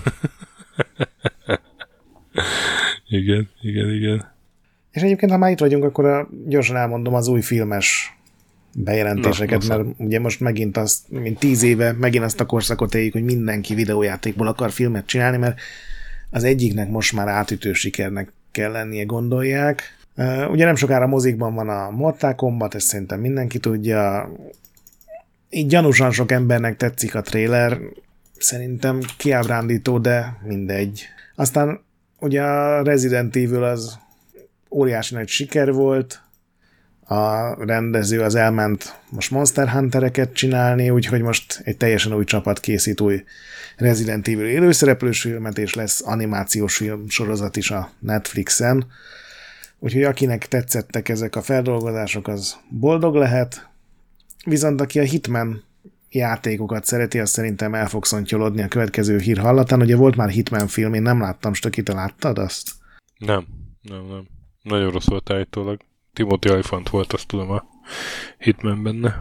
Igen. És egyébként, ha már itt vagyunk, akkor gyorsan elmondom az új filmes bejelentéseket, mert ugye most megint mint 10 éve, megint azt a korszakot éljük, hogy mindenki videójátékból akar filmet csinálni, mert az egyiknek most már átütő sikernek kell lennie, gondolják. Ugye nem sokára mozikban van a Mortal Kombat, ezt szerintem mindenki tudja. Így gyanúsan sok embernek tetszik a trailer, szerintem kiábrándító, de mindegy. Aztán ugye a Resident Evil az óriási nagy siker volt, a rendező az elment most Monster Huntereket csinálni, úgyhogy most egy teljesen új csapat készít új Resident Evil élőszereplős filmet, és lesz animációs film sorozat is a Netflixen. Úgyhogy akinek tetszettek ezek a feldolgozások, az boldog lehet. Viszont aki a Hitman játékokat szereti, az szerintem el fog szontyolodni a következő hír hallatán. Ugye volt már Hitman film, én nem láttam, Stöki, te láttad azt? Nem. Nagyon rossz volt állítólag. Timothy Olyphant volt, azt tudom, a Hitman benne.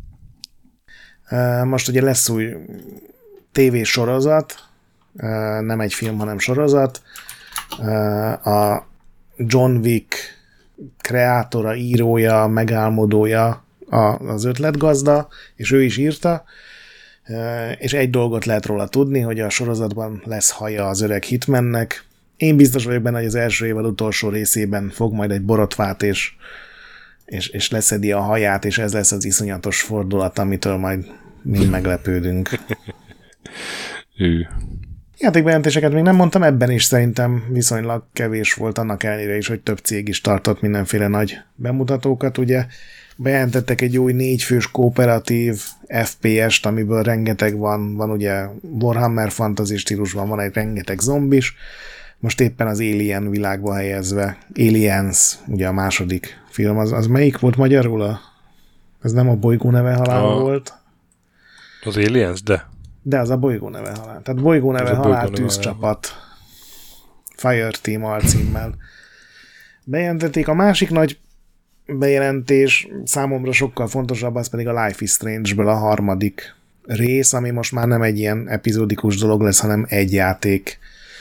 Most ugye lesz új tévésorozat, nem egy film, hanem sorozat. A John Wick kreátora, írója, megálmodója az ötletgazda, és ő is írta, és egy dolgot lehet róla tudni, hogy a sorozatban lesz haja az öreg Hitmannek. Én biztos vagyok benne, hogy az első évad utolsó részében fog majd egy borotvát, és leszedi a haját, és ez lesz az iszonyatos fordulat, amitől majd mind meglepődünk. Játékbejelentéseket még nem mondtam, ebben is szerintem viszonylag kevés volt, annak ellenére is, hogy több cég is tartott mindenféle nagy bemutatókat. Ugye bejelentettek egy új 4 fős kooperatív FPS-t, amiből rengeteg van ugye Warhammer Fantasy stílusban, van egy rengeteg zombis, most éppen az Alien világba helyezve. Aliens, ugye a második film, az melyik volt magyarul? Ez nem a bolygó neve halál volt? Az Aliens, de az a bolygó neve halál. Tehát bolygó neve halál, tűzcsapat. Fire Team alcímmel. Bejelentették. A másik nagy bejelentés, számomra sokkal fontosabb, az pedig a Life is Strange-ből a harmadik rész, ami most már nem egy ilyen epizódikus dolog lesz, hanem egy játék,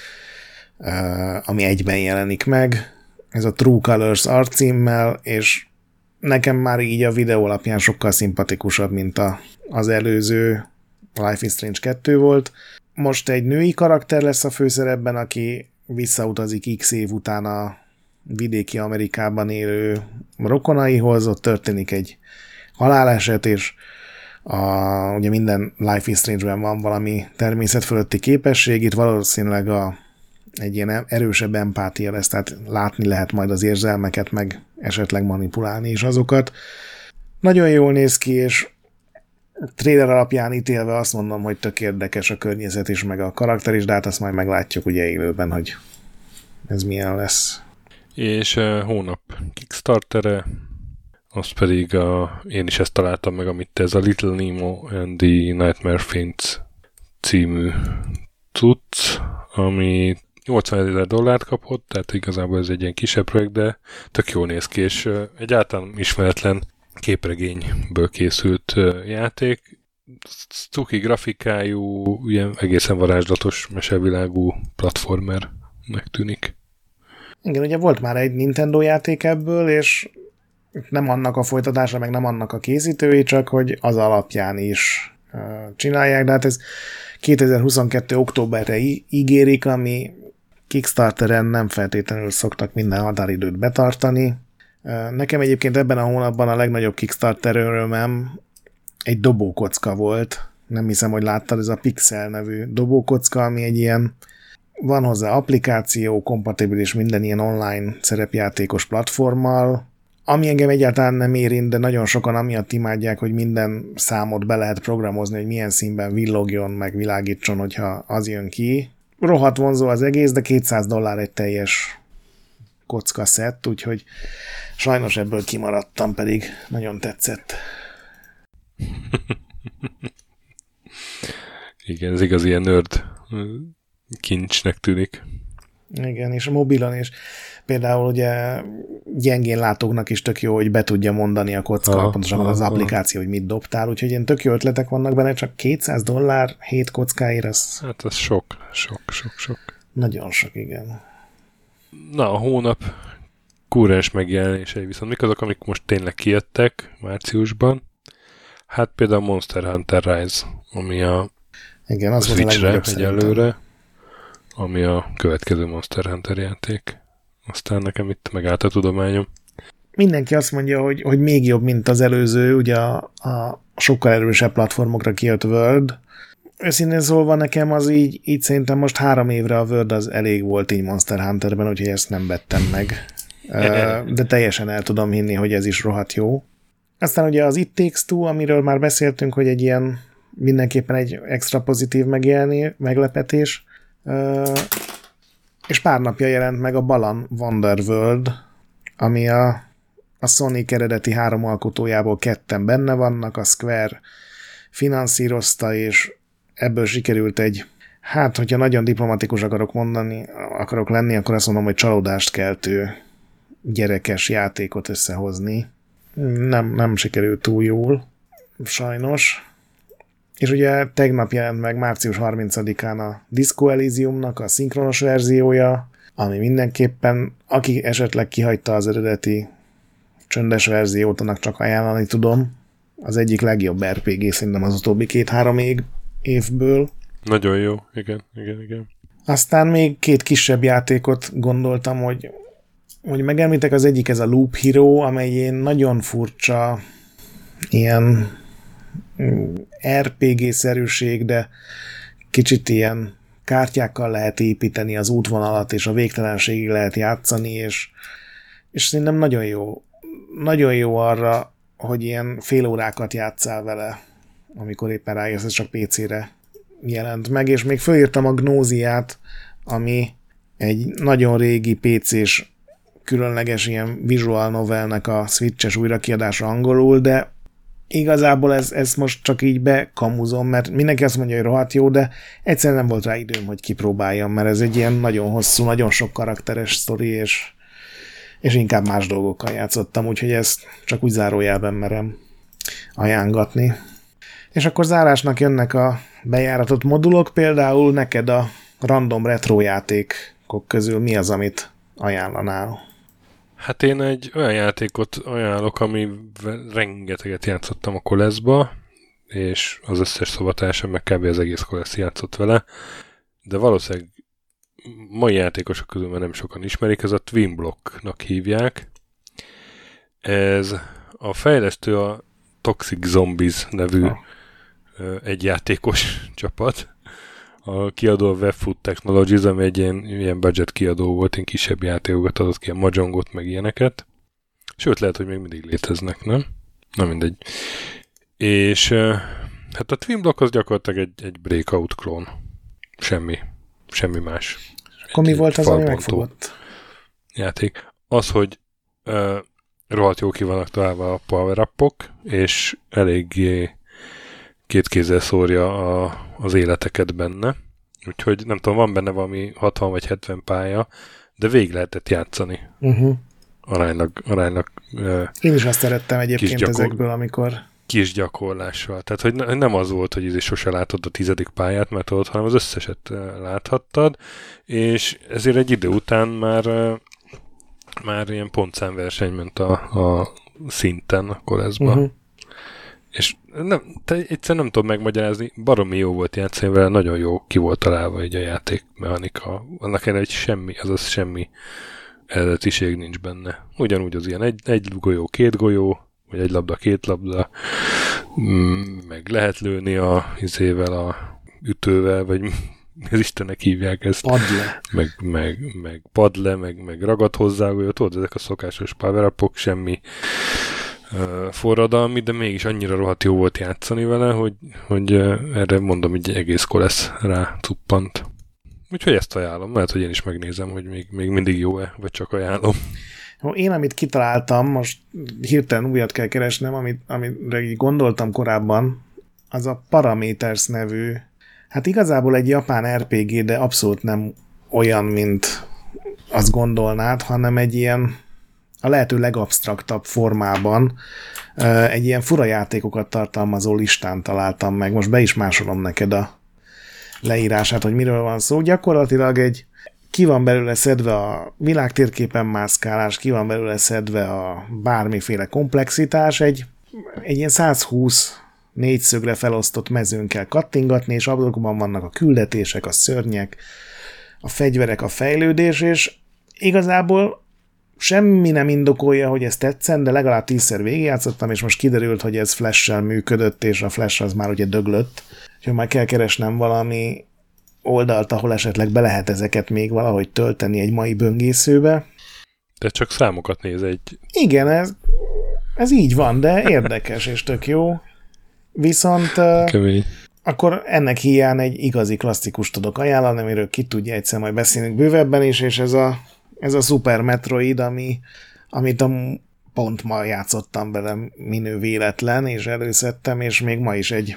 ami egyben jelenik meg. Ez a True Colors arcímmel, és nekem már így a videó alapján sokkal szimpatikusabb, mint az előző Life is Strange 2 volt. Most egy női karakter lesz a főszerepben, aki visszautazik x év után a vidéki Amerikában élő rokonaihoz, ott történik egy haláleset, és ugye minden Life is Strange-ben van valami természet fölötti képesség, itt valószínűleg egy ilyen erősebb empátia lesz, tehát látni lehet majd az érzelmeket, meg esetleg manipulálni is azokat. Nagyon jól néz ki, és trailer alapján ítélve azt mondom, hogy tök érdekes a környezet is, meg a karakter is, de hát azt majd meglátjuk ugye élőben, hogy ez milyen lesz. És hónap Kickstartere, azt pedig én is ezt találtam meg, amit ez a Little Nemo and the Nightmare Fiends című cucc, ami $80,000 kapott, tehát igazából ez egy ilyen kisebb projekt, de tök jól néz ki, és egy általán ismeretlen képregényből készült játék. Cuki grafikájú, ilyen egészen varázslatos mesevilágú platformernek tűnik. Igen, ugye volt már egy Nintendo játék ebből, és nem annak a folytatása, meg nem annak a készítői, csak hogy az alapján is csinálják, de hát ez 2022. októberre ígérik, ami Kickstarteren nem feltétlenül szoktak minden határidőt betartani. Nekem egyébként ebben a hónapban a legnagyobb Kickstarter örömem egy dobókocka volt. Nem hiszem, hogy láttad, ez a Pixel nevű dobókocka, ami egy ilyen, van hozzá applikáció, kompatibilis minden ilyen online szerepjátékos platformmal, ami engem egyáltalán nem érint, de nagyon sokan amiatt imádják, hogy minden számot be lehet programozni, hogy milyen színben villogjon, meg világítson, hogyha az jön ki. Rohadt vonzó az egész, de $200 egy teljes kocka szett, úgyhogy sajnos ebből kimaradtam, pedig nagyon tetszett. Igen, ez igaz ilyen nerd kincsnek tűnik. Igen, és mobilon, és például ugye gyengén látóknak is tök jó, hogy be tudja mondani a kocka, pontosan az applikáció, hogy mit dobtál, úgyhogy ilyen tök jó ötletek vannak benne, csak $200 7 kockáért, az... Hát ez sok. Nagyon sok, igen. Na, a hónap kúrens megjelenései viszont mik azok, amik most tényleg kijöttek márciusban? Hát például Monster Hunter Rise, ami a igen, az Switch-re egyelőre, ami a következő Monster Hunter játék. Aztán nekem itt megállt a tudományom. Mindenki azt mondja, hogy még jobb, mint az előző, ugye a sokkal erősebb platformokra kijött World. Őszintén szólva nekem az így szerintem most 3 évre a World az elég volt így Monster Hunterben, úgyhogy ezt nem vettem meg. De teljesen el tudom hinni, hogy ez is rohadt jó. Aztán ugye az It Takes Two, amiről már beszéltünk, hogy egy ilyen mindenképpen egy extra pozitív meglepetés. És pár napja jelent meg a Balan Wonderworld, ami a Sonic eredeti 3 alkotójából 2 benne vannak, a Square finanszírozta, és ebből sikerült egy, hát, hogyha nagyon diplomatikus akarok lenni, akkor azt mondom, hogy csalódást keltő gyerekes játékot összehozni. Nem sikerült túl jól, sajnos. És ugye tegnap jelent meg március 30-án a Disco Elysiumnak a szinkronos verziója, ami mindenképpen, aki esetleg kihagyta az eredeti csöndes verziót, annak csak ajánlani tudom. Az egyik legjobb RPG szerintem az utóbbi 2-3 évből. Nagyon jó, igen. Aztán még 2 kisebb játékot gondoltam, hogy megemlítek, az egyik ez a Loop Hero, amely ilyen nagyon furcsa ilyen RPG-szerűség, de kicsit ilyen kártyákkal lehet építeni az útvonalat, és a végtelenségig lehet játszani, és szerintem nagyon jó arra, hogy ilyen fél órákat játszál vele, amikor éppen rájössz, ez csak PC-re jelent meg, és még fölírtam a Gnóziát, ami egy nagyon régi PC-s különleges ilyen visual novelnek a Switch-es újrakiadása angolul, de igazából ezt most csak így bekamuzom, mert mindenki azt mondja, hogy rohadt jó, de egyszerűen nem volt rá időm, hogy kipróbáljam, mert ez egy ilyen nagyon hosszú, nagyon sok karakteres sztori, és inkább más dolgokkal játszottam, úgyhogy ezt csak úgy zárójelben merem ajánlatni. És akkor zárásnak jönnek a bejáratott modulok, például neked a random retro játékok közül mi az, amit ajánlanál? Hát én egy olyan játékot ajánlok, amivel rengeteget játszottam a Koleszba, és az összes szobatársam meg kb. Az egész Kolesz játszott vele, de valószínűleg mai játékosok közül már nem sokan ismerik, ez a Twin Block-nak hívják. Ez a fejlesztő a Toxic Zombies nevű egyjátékos csapat. A kiadó a Webfoot Technologies, ami egy ilyen budget kiadó volt, én kisebb játékokat adott ki, a Mahjongot, meg ilyeneket. Sőt, lehet, hogy még mindig léteznek, nem? Na mindegy. És hát a Twin Block az gyakorlatilag egy Breakout klón. Semmi más. Akkor mi volt az, ami megfogott? Játék. Az, hogy rohadt jó ki vannak találva a power-upok, és eléggé két kézzel szórja az életeket benne. Úgyhogy nem tudom, van benne valami 60 vagy 70 pálya, de végig lehetett játszani. Aránylag én is azt szerettem egyébként ezekből, amikor... Kis gyakorlással. Tehát, hogy nem az volt, hogy sose látod a 10. pályát, mert ott, hanem az összeset láthattad, és ezért egy idő után már ilyen pontszámverseny ment a szinten a Koleszba. És egyszerűen nem tudom megmagyarázni, baromi jó volt játszani vele, nagyon jó ki volt találva egy a játékmechanika. Annak ellenére, hogy semmi eredetiség nincs benne. Ugyanúgy az ilyen egy golyó, 2 golyó, vagy egy labda, 2 labda, meg lehet lőni a ütővel, vagy az Istennek hívják ezt. Padle. Meg padle, meg ragad hozzá, hogy tudod, ezek a szokásos power-upok, semmi forradalmi, de mégis annyira rohadt jó volt játszani vele, hogy erre mondom, hogy egész Kolesz rá cuppant. Úgyhogy ezt ajánlom. Lehet, hogy én is megnézem, hogy még mindig jó-e, vagy csak ajánlom. Én, amit kitaláltam, most hirtelen újat kell keresnem, amire így gondoltam korábban, az a Parameters nevű, hát igazából egy japán RPG, de abszolút nem olyan, mint azt gondolnád, hanem egy ilyen a lehető legabsztraktabb formában egy ilyen fura játékokat tartalmazó listán találtam meg. Most be is másolom neked a leírását, hogy miről van szó. Gyakorlatilag ki van belőle szedve a világtérképen mászkálás, ki van belőle szedve a bármiféle komplexitás, egy ilyen 120 négyszögre felosztott mezőn kell kattingatni, és abban vannak a küldetések, a szörnyek, a fegyverek, a fejlődés, és igazából semmi nem indokolja, hogy ez tetszen, de legalább 10-szer végigjátszottam, és most kiderült, hogy ez Flash-sel működött, és a Flash az már ugye döglött. Úgyhogy már kell keresnem valami oldalt, ahol esetleg be lehet ezeket még valahogy tölteni egy mai böngészőbe. De csak számokat néz egy... Igen, ez így van, de érdekes és tök jó. Viszont akkor ennek hiány egy igazi klasszikus tudok ajánlani, amiről ki tudja egyszer majd beszélni bővebben is, és ez a Super Metroid, amit pont ma játszottam vele minő véletlen, és előszedtem, és még ma is egy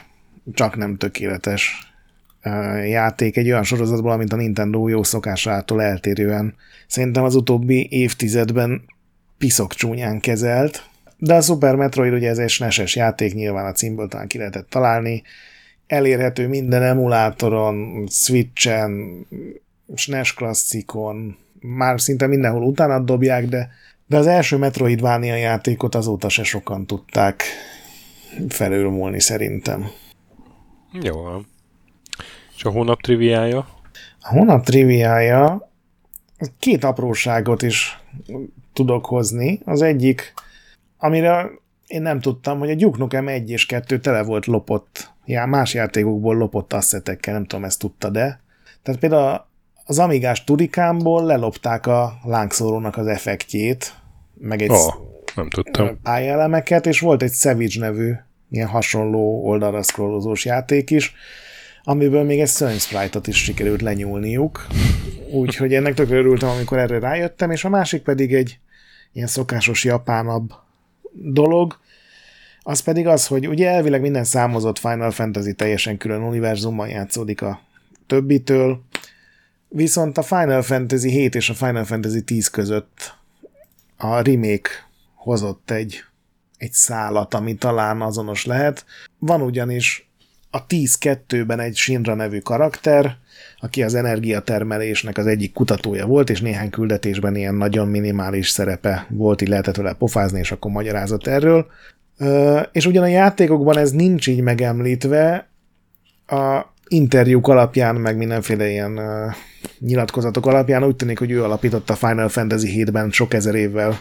csak nem tökéletes játék egy olyan sorozatból, amit a Nintendo jó szokásától eltérően szerintem az utóbbi évtizedben piszok csúnyán kezelt, de a Super Metroid ugye ez egy SNES-es játék, nyilván a címből talán ki lehetett találni, elérhető minden emulátoron, Switchen, SNES klasszikon, már szinte mindenhol utána dobják, de az első Metroidvania játékot azóta se sokan tudták felülmúlni szerintem. Jó. És a hónap triviája? A hónap triviája 2 apróságot is tudok hozni. Az egyik, amire én nem tudtam, hogy a Duke Nukem 1 és 2 tele volt lopott, más játékokból lopott asszetekkel, nem tudom, ezt tudtad-e. Tehát például az Amigás Turikámból lelopták a lángszórónak az effektjét, meg egy nem tudtam. pályaelemeket, és volt egy Savage nevű ilyen hasonló oldalra scrollozós játék is, amiből még egy Sun Sprite-ot is sikerült lenyúlniuk. Úgyhogy ennek tökre örültem, amikor erre rájöttem, és a másik pedig egy ilyen szokásos japánabb dolog, az pedig az, hogy ugye elvileg minden számozott Final Fantasy teljesen külön univerzumban játszódik a többitől, viszont a Final Fantasy 7 és a Final Fantasy 10 között a remake hozott egy szálat, ami talán azonos lehet. Van ugyanis a 10-2-ben egy Shinra nevű karakter, aki az energiatermelésnek az egyik kutatója volt, és néhány küldetésben ilyen nagyon minimális szerepe volt, így lehetett vele pofázni, és akkor magyarázott erről. És ugyan a játékokban ez nincs így megemlítve, a interjúk alapján, meg mindenféle ilyen nyilatkozatok alapján úgy tűnik, hogy ő alapította a Final Fantasy 7-ben sok ezer évvel,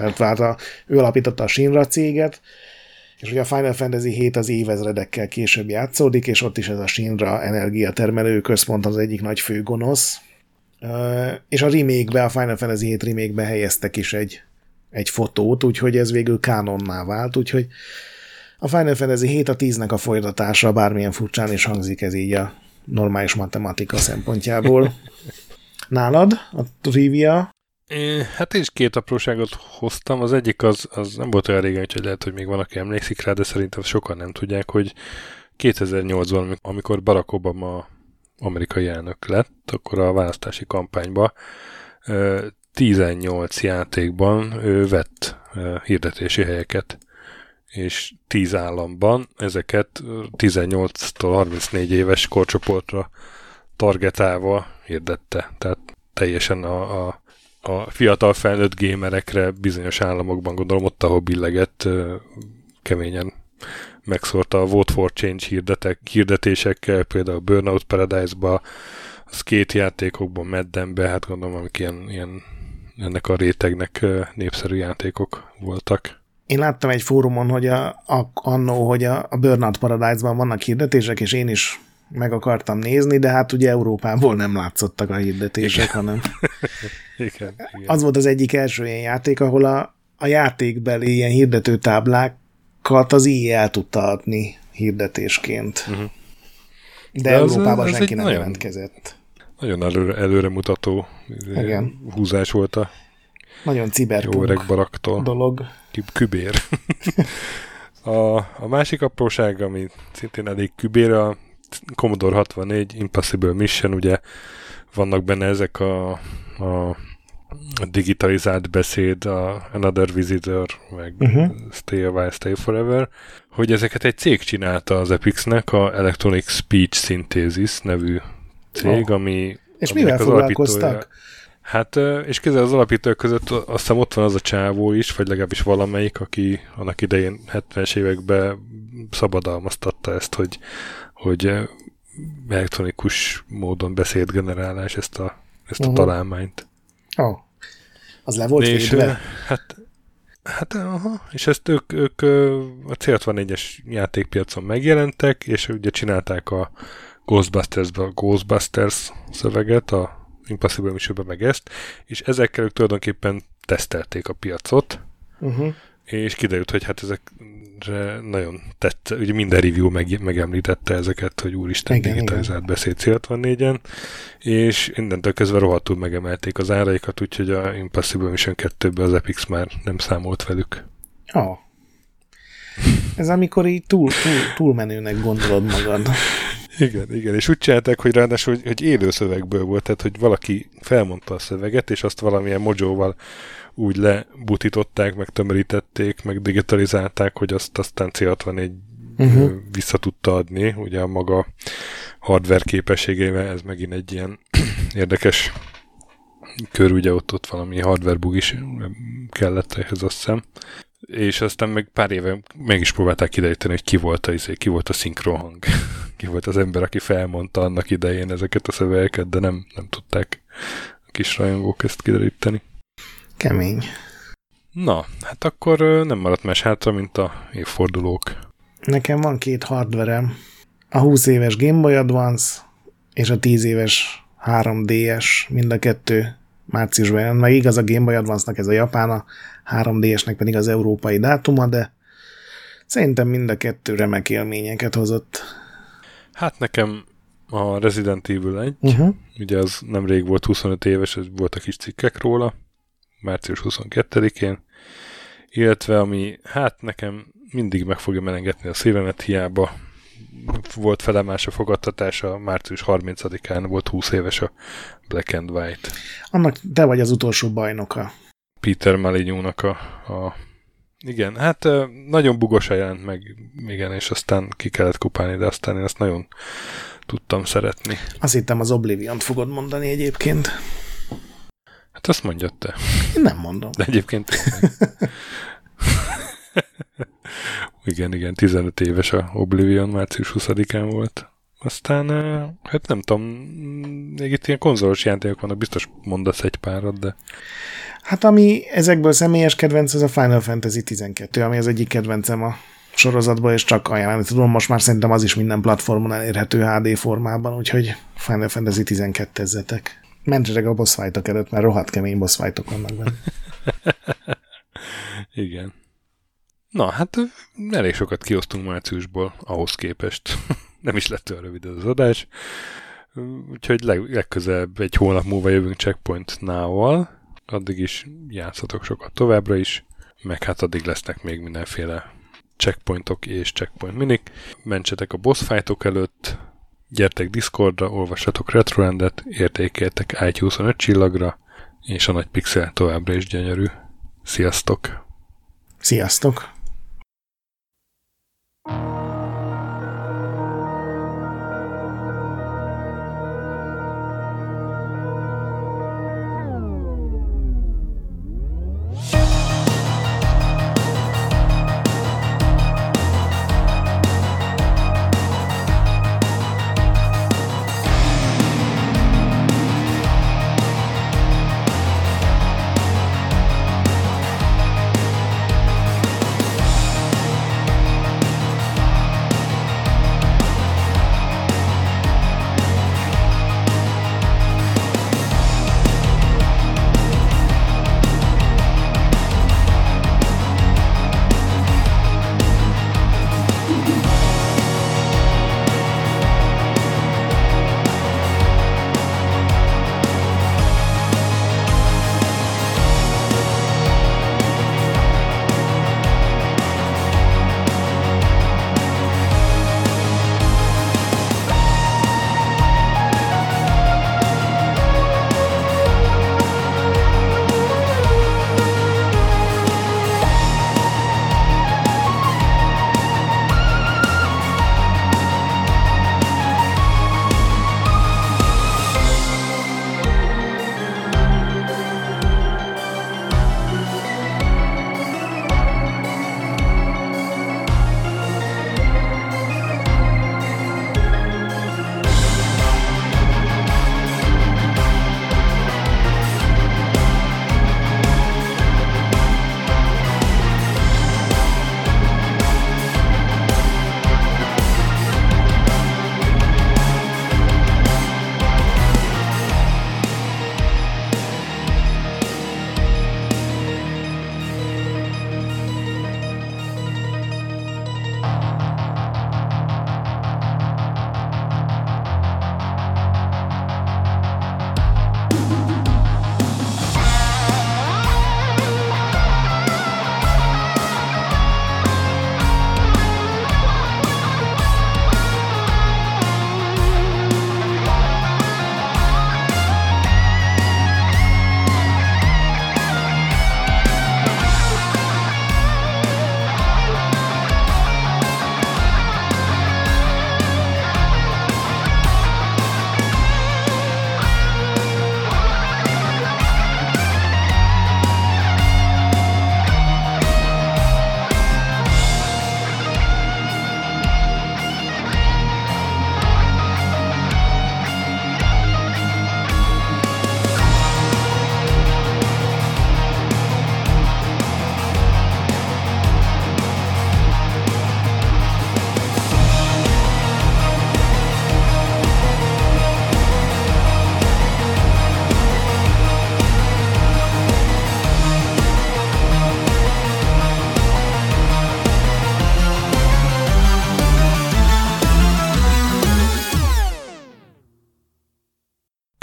ő alapította a Shinra céget, és ugye a Final Fantasy 7 az évezredekkel később játszódik, és ott is ez a Shinra energiatermelő központ az egyik nagy főgonosz. És a remake-be, a Final Fantasy 7 remake-be helyeztek is egy fotót, úgyhogy ez végül kánonná vált, úgyhogy a Final Fantasy 7 a 10-nek a folytatása, bármilyen furcsán is hangzik ez így a normális matematika szempontjából. Nálad a trivia? Hát én is 2 apróságot hoztam. Az egyik az nem volt olyan régen, úgyhogy lehet, hogy még van, aki emlékszik rá, de szerintem sokan nem tudják, hogy 2008-ban, amikor Barack Obama amerikai elnök lett, akkor a választási kampányba 18 játékban vett hirdetési helyeket, és 10 államban ezeket 18-tól 34 éves korcsoportra targetálva hirdette. Tehát teljesen a fiatal felnőtt gamerekre bizonyos államokban, gondolom ott, ahol billegett, keményen megszórta a Vote for Change hirdetésekkel, például a Burnout Paradise-ba, a Skate játékokban, Maddenbe, hát gondolom, amik ilyen ennek a rétegnek népszerű játékok voltak. Én láttam egy fórumon, hogy annó, hogy a Burnout Paradise-ban vannak hirdetések, és én is meg akartam nézni, de hát ugye Európából nem látszottak a hirdetések, igen, hanem igen. Az volt az egyik első ilyen játék, ahol a játékbeli ilyen hirdetőtáblákat az EA el tudta adni hirdetésként. Uh-huh. De Európában senki nem jelentkezett. Nagyon előremutató húzás volt a nagyon ciberpunk dolog. Kübér. A másik apróság, ami szintén elég kübér, a Commodore 64 Impossible Mission, ugye vannak benne ezek a digitalizált beszéd, a Another Visitor, meg Stay a While, Stay Forever, hogy ezeket egy cég csinálta az Epixnek, a Electronic Speech Synthesis nevű cég, ami... És mivel foglalkoztak? Hát, és kézzel az alapítók között azt hiszem ott van az a csávó is, vagy legalábbis valamelyik, aki annak idején 70-es években szabadalmaztatta ezt, hogy elektronikus módon beszédgenerálás ezt a találmányt. Az le volt védve? Hát, és ezt ők a C64-es játékpiacon megjelentek, és ugye csinálták a Ghostbusters-be a Ghostbusters szöveget, a Impossible Mission-ben meg ezt, és ezekkel ők tulajdonképpen tesztelték a piacot, és kiderült, hogy hát ezekre nagyon tetszett, ugye minden review megemlítette ezeket, hogy úristen, digitalizált beszéd C64-en, és innentől kezdve rohadtul megemelték az áraikat, úgyhogy a Impossible Mission 2-ben az Epix már nem számolt velük. Ez amikor így túlmenőnek gondolod magad. Igen, és úgy csinálták, hogy ráadásul, hogy élő szövegből volt, tehát hogy valaki felmondta a szöveget, és azt valamilyen mojóval úgy lebutították, meg tömörítették, meg digitalizálták, hogy azt aztán C64 vissza tudta adni, ugye a maga hardware képességével, ez megint egy ilyen érdekes kör, ugye ott valami hardware bug is kellett ehhez, azt hiszem. És aztán meg pár éve meg is próbálták kideríteni, hogy ki volt a szinkronhang. Ki volt az ember, aki felmondta annak idején ezeket a szövegeket, de nem tudták a kis rajongók ezt kideríteni. Kemény. Na, hát akkor nem maradt más hátra, mint a évfordulók. Nekem van 2 hardverem. A 20 éves Game Boy Advance és a 10 éves 3DS, mind a 2 márciusban jön. Meg igaz, a Game Boy Advance-nak ez a japán, a 3DS-nek pedig az európai dátuma, de szerintem mind a 2 remek élményeket hozott. Hát nekem a Resident Evil 1, ugye az nemrég volt 25 éves, voltak kis cikkek róla, március 22-én, illetve ami hát nekem mindig meg fogja melengetni a szívemet, hiába volt felemás a fogadtatása, március 30-án volt 20 éves a Black and White. Annak te vagy az utolsó bajnoka. Peter Molyneux-nak a igen, hát nagyon bugosan jelent meg, igen, és aztán ki kellett kupálni, de aztán én ezt nagyon tudtam szeretni. Azt hittem az Oblivion-t fogod mondani egyébként. Hát azt mondjad te. Én nem mondom. De egyébként igen, 15 éves a Oblivion, március 20-án volt. Aztán, hát nem tudom, még itt ilyen konzolos játékok vannak, biztos mondasz egy párat, de... Hát ami ezekből személyes kedvenc, az a Final Fantasy 12, ami az egyik kedvencem a sorozatban, és csak ajánlani tudom, most már szerintem az is minden platformon elérhető HD formában, úgyhogy Final Fantasy 12-ezzetek. Mentsetek a boss fight-ok előtt, mert rohadt kemény boss fight-ok vannak benne. Igen. Na, hát elég sokat kiosztunk márciusból ahhoz képest. Nem is lett olyan rövid az adás. Úgyhogy legközelebb egy hónap múlva jövünk Checkpoint Now-val. Addig is játszatok sokat továbbra is, meg hát addig lesznek még mindenféle checkpointok és checkpoint minik. Mentsetek a boss fightok előtt, gyertek Discordra, olvassatok Retrolandet, értékeltek iTunes-on 5 csillagra, és a nagy pixel továbbra is gyönyörű. Sziasztok! Sziasztok!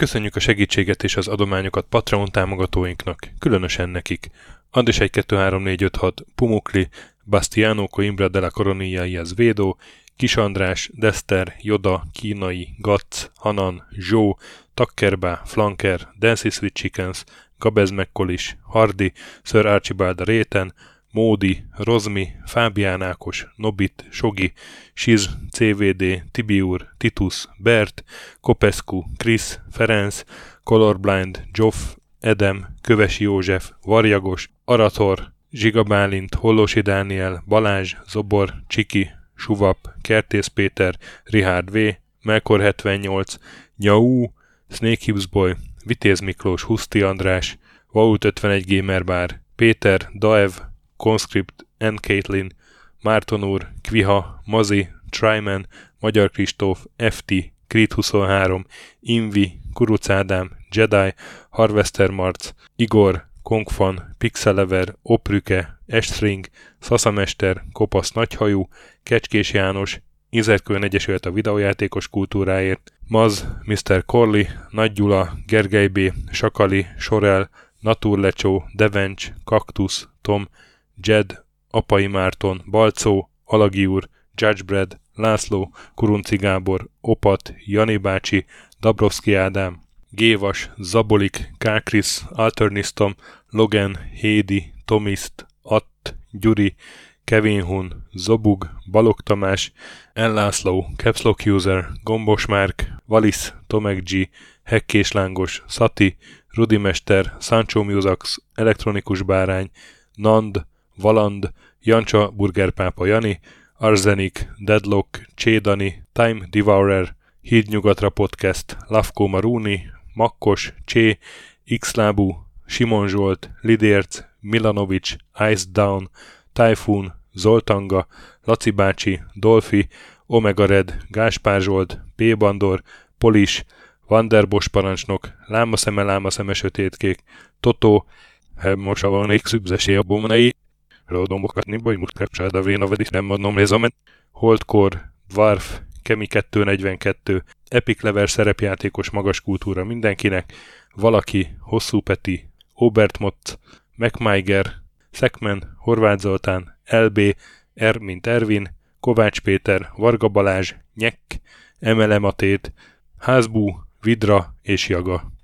Köszönjük a segítséget és az adományokat Patreon támogatóinknak, különösen nekik. Andis 1, 2, 3, 4, 5, 6, Pumukli, Bastiano, Coimbra de la Coronilla y Védó, Kis András, Dester, Joda, Kínai, Gatz, Hanan, Zsó, Takkerbá, Flanker, Dancy Sweet Chickens, Gabez Mekkolis, Hardi, Sir Archibald a Réten, Módi, Rozmi, Fábián Ákos, Nobit, Sogi, Siz, CVD, Tibiur, Titus, Bert, Kopescu, Krisz, Ferenc, Colorblind, Joff, Edem, Kövesi József, Varjagos, Arator, Zsiga Bálint, Hollósi Dániel, Balázs, Zobor, Csiki, Suvap, Kertész Péter, Richard V, Melkor 78, Nyau, Snake Hips Boy, Vitéz Miklós, Huszti András, Vault 51 Gamerbar, Péter, Daev, Conscript, N. Caitlin, Márton úr, Kviha, Mazi, Tryman, Magyar Kristóf, FT, Creed 23, Invi, Kuruc Ádám, Jedi, Harvester Marc, Igor, Kongfan, Pixelever, Oprüke, Estring, Szaszamester, Kopasz Nagyhajú, Kecskés János, Izerkőn Egyesület a videójátékos kultúráért, Maz, Mr. Corley, Nagy Gyula, Gergely B., Sakali, Sorel, Naturlecsó, Devencs, Kaktusz, Tom, Jed, Apai Márton, Balcó, Alagi úr, Judgebred, László, Kurunci Gábor, Opat, Jani bácsi, Dabrowski Ádám, Gévas, Zabolik, Kákris, Alternisztom, Logan, Hédi, Tomiszt, Att, Gyuri, Kevin Hun, Zobug, Balog Tamás, Ellászló, Capslock User, Gombos Márk, Valisz, Tomek G, Hekkés Lángos, Szati, Rudimester, Sancho Musax, Elektronikus Bárány, Nand, Valand, Jancsa, Burgerpápa Jani, Arzenik, Deadlock, Csédani, Time Devourer, Hídnyugatra Podcast, Lavko Maruni, Makkos, Csé, Xlábú, Simon Zsolt, Lidérc, Milanovic, Ice Down, Typhoon, Zoltanga, Laci bácsi, Dolfi, Omega Red, Gáspár Zsolt, P. Bandor, Polis, Vanderbos parancsnok, Lámaszeme sötétkék, Totó, Hemmosavanék szübzesé a bomnai, Rodomokatni bajmut kapcsáda véna vedis nem mondom lézamen, Holdkor, Dwarf, Kemi 242, Epic Lever szerepjátékos magas kultúra mindenkinek, Valaki, Hosszú Peti, Obert Motz, MacMiger, Szekmen, Horváth Zoltán, LB, R mint Ervin, Kovács Péter, Varga Balázs, Nyek, MLM Atét, Házbú, Vidra és Jaga.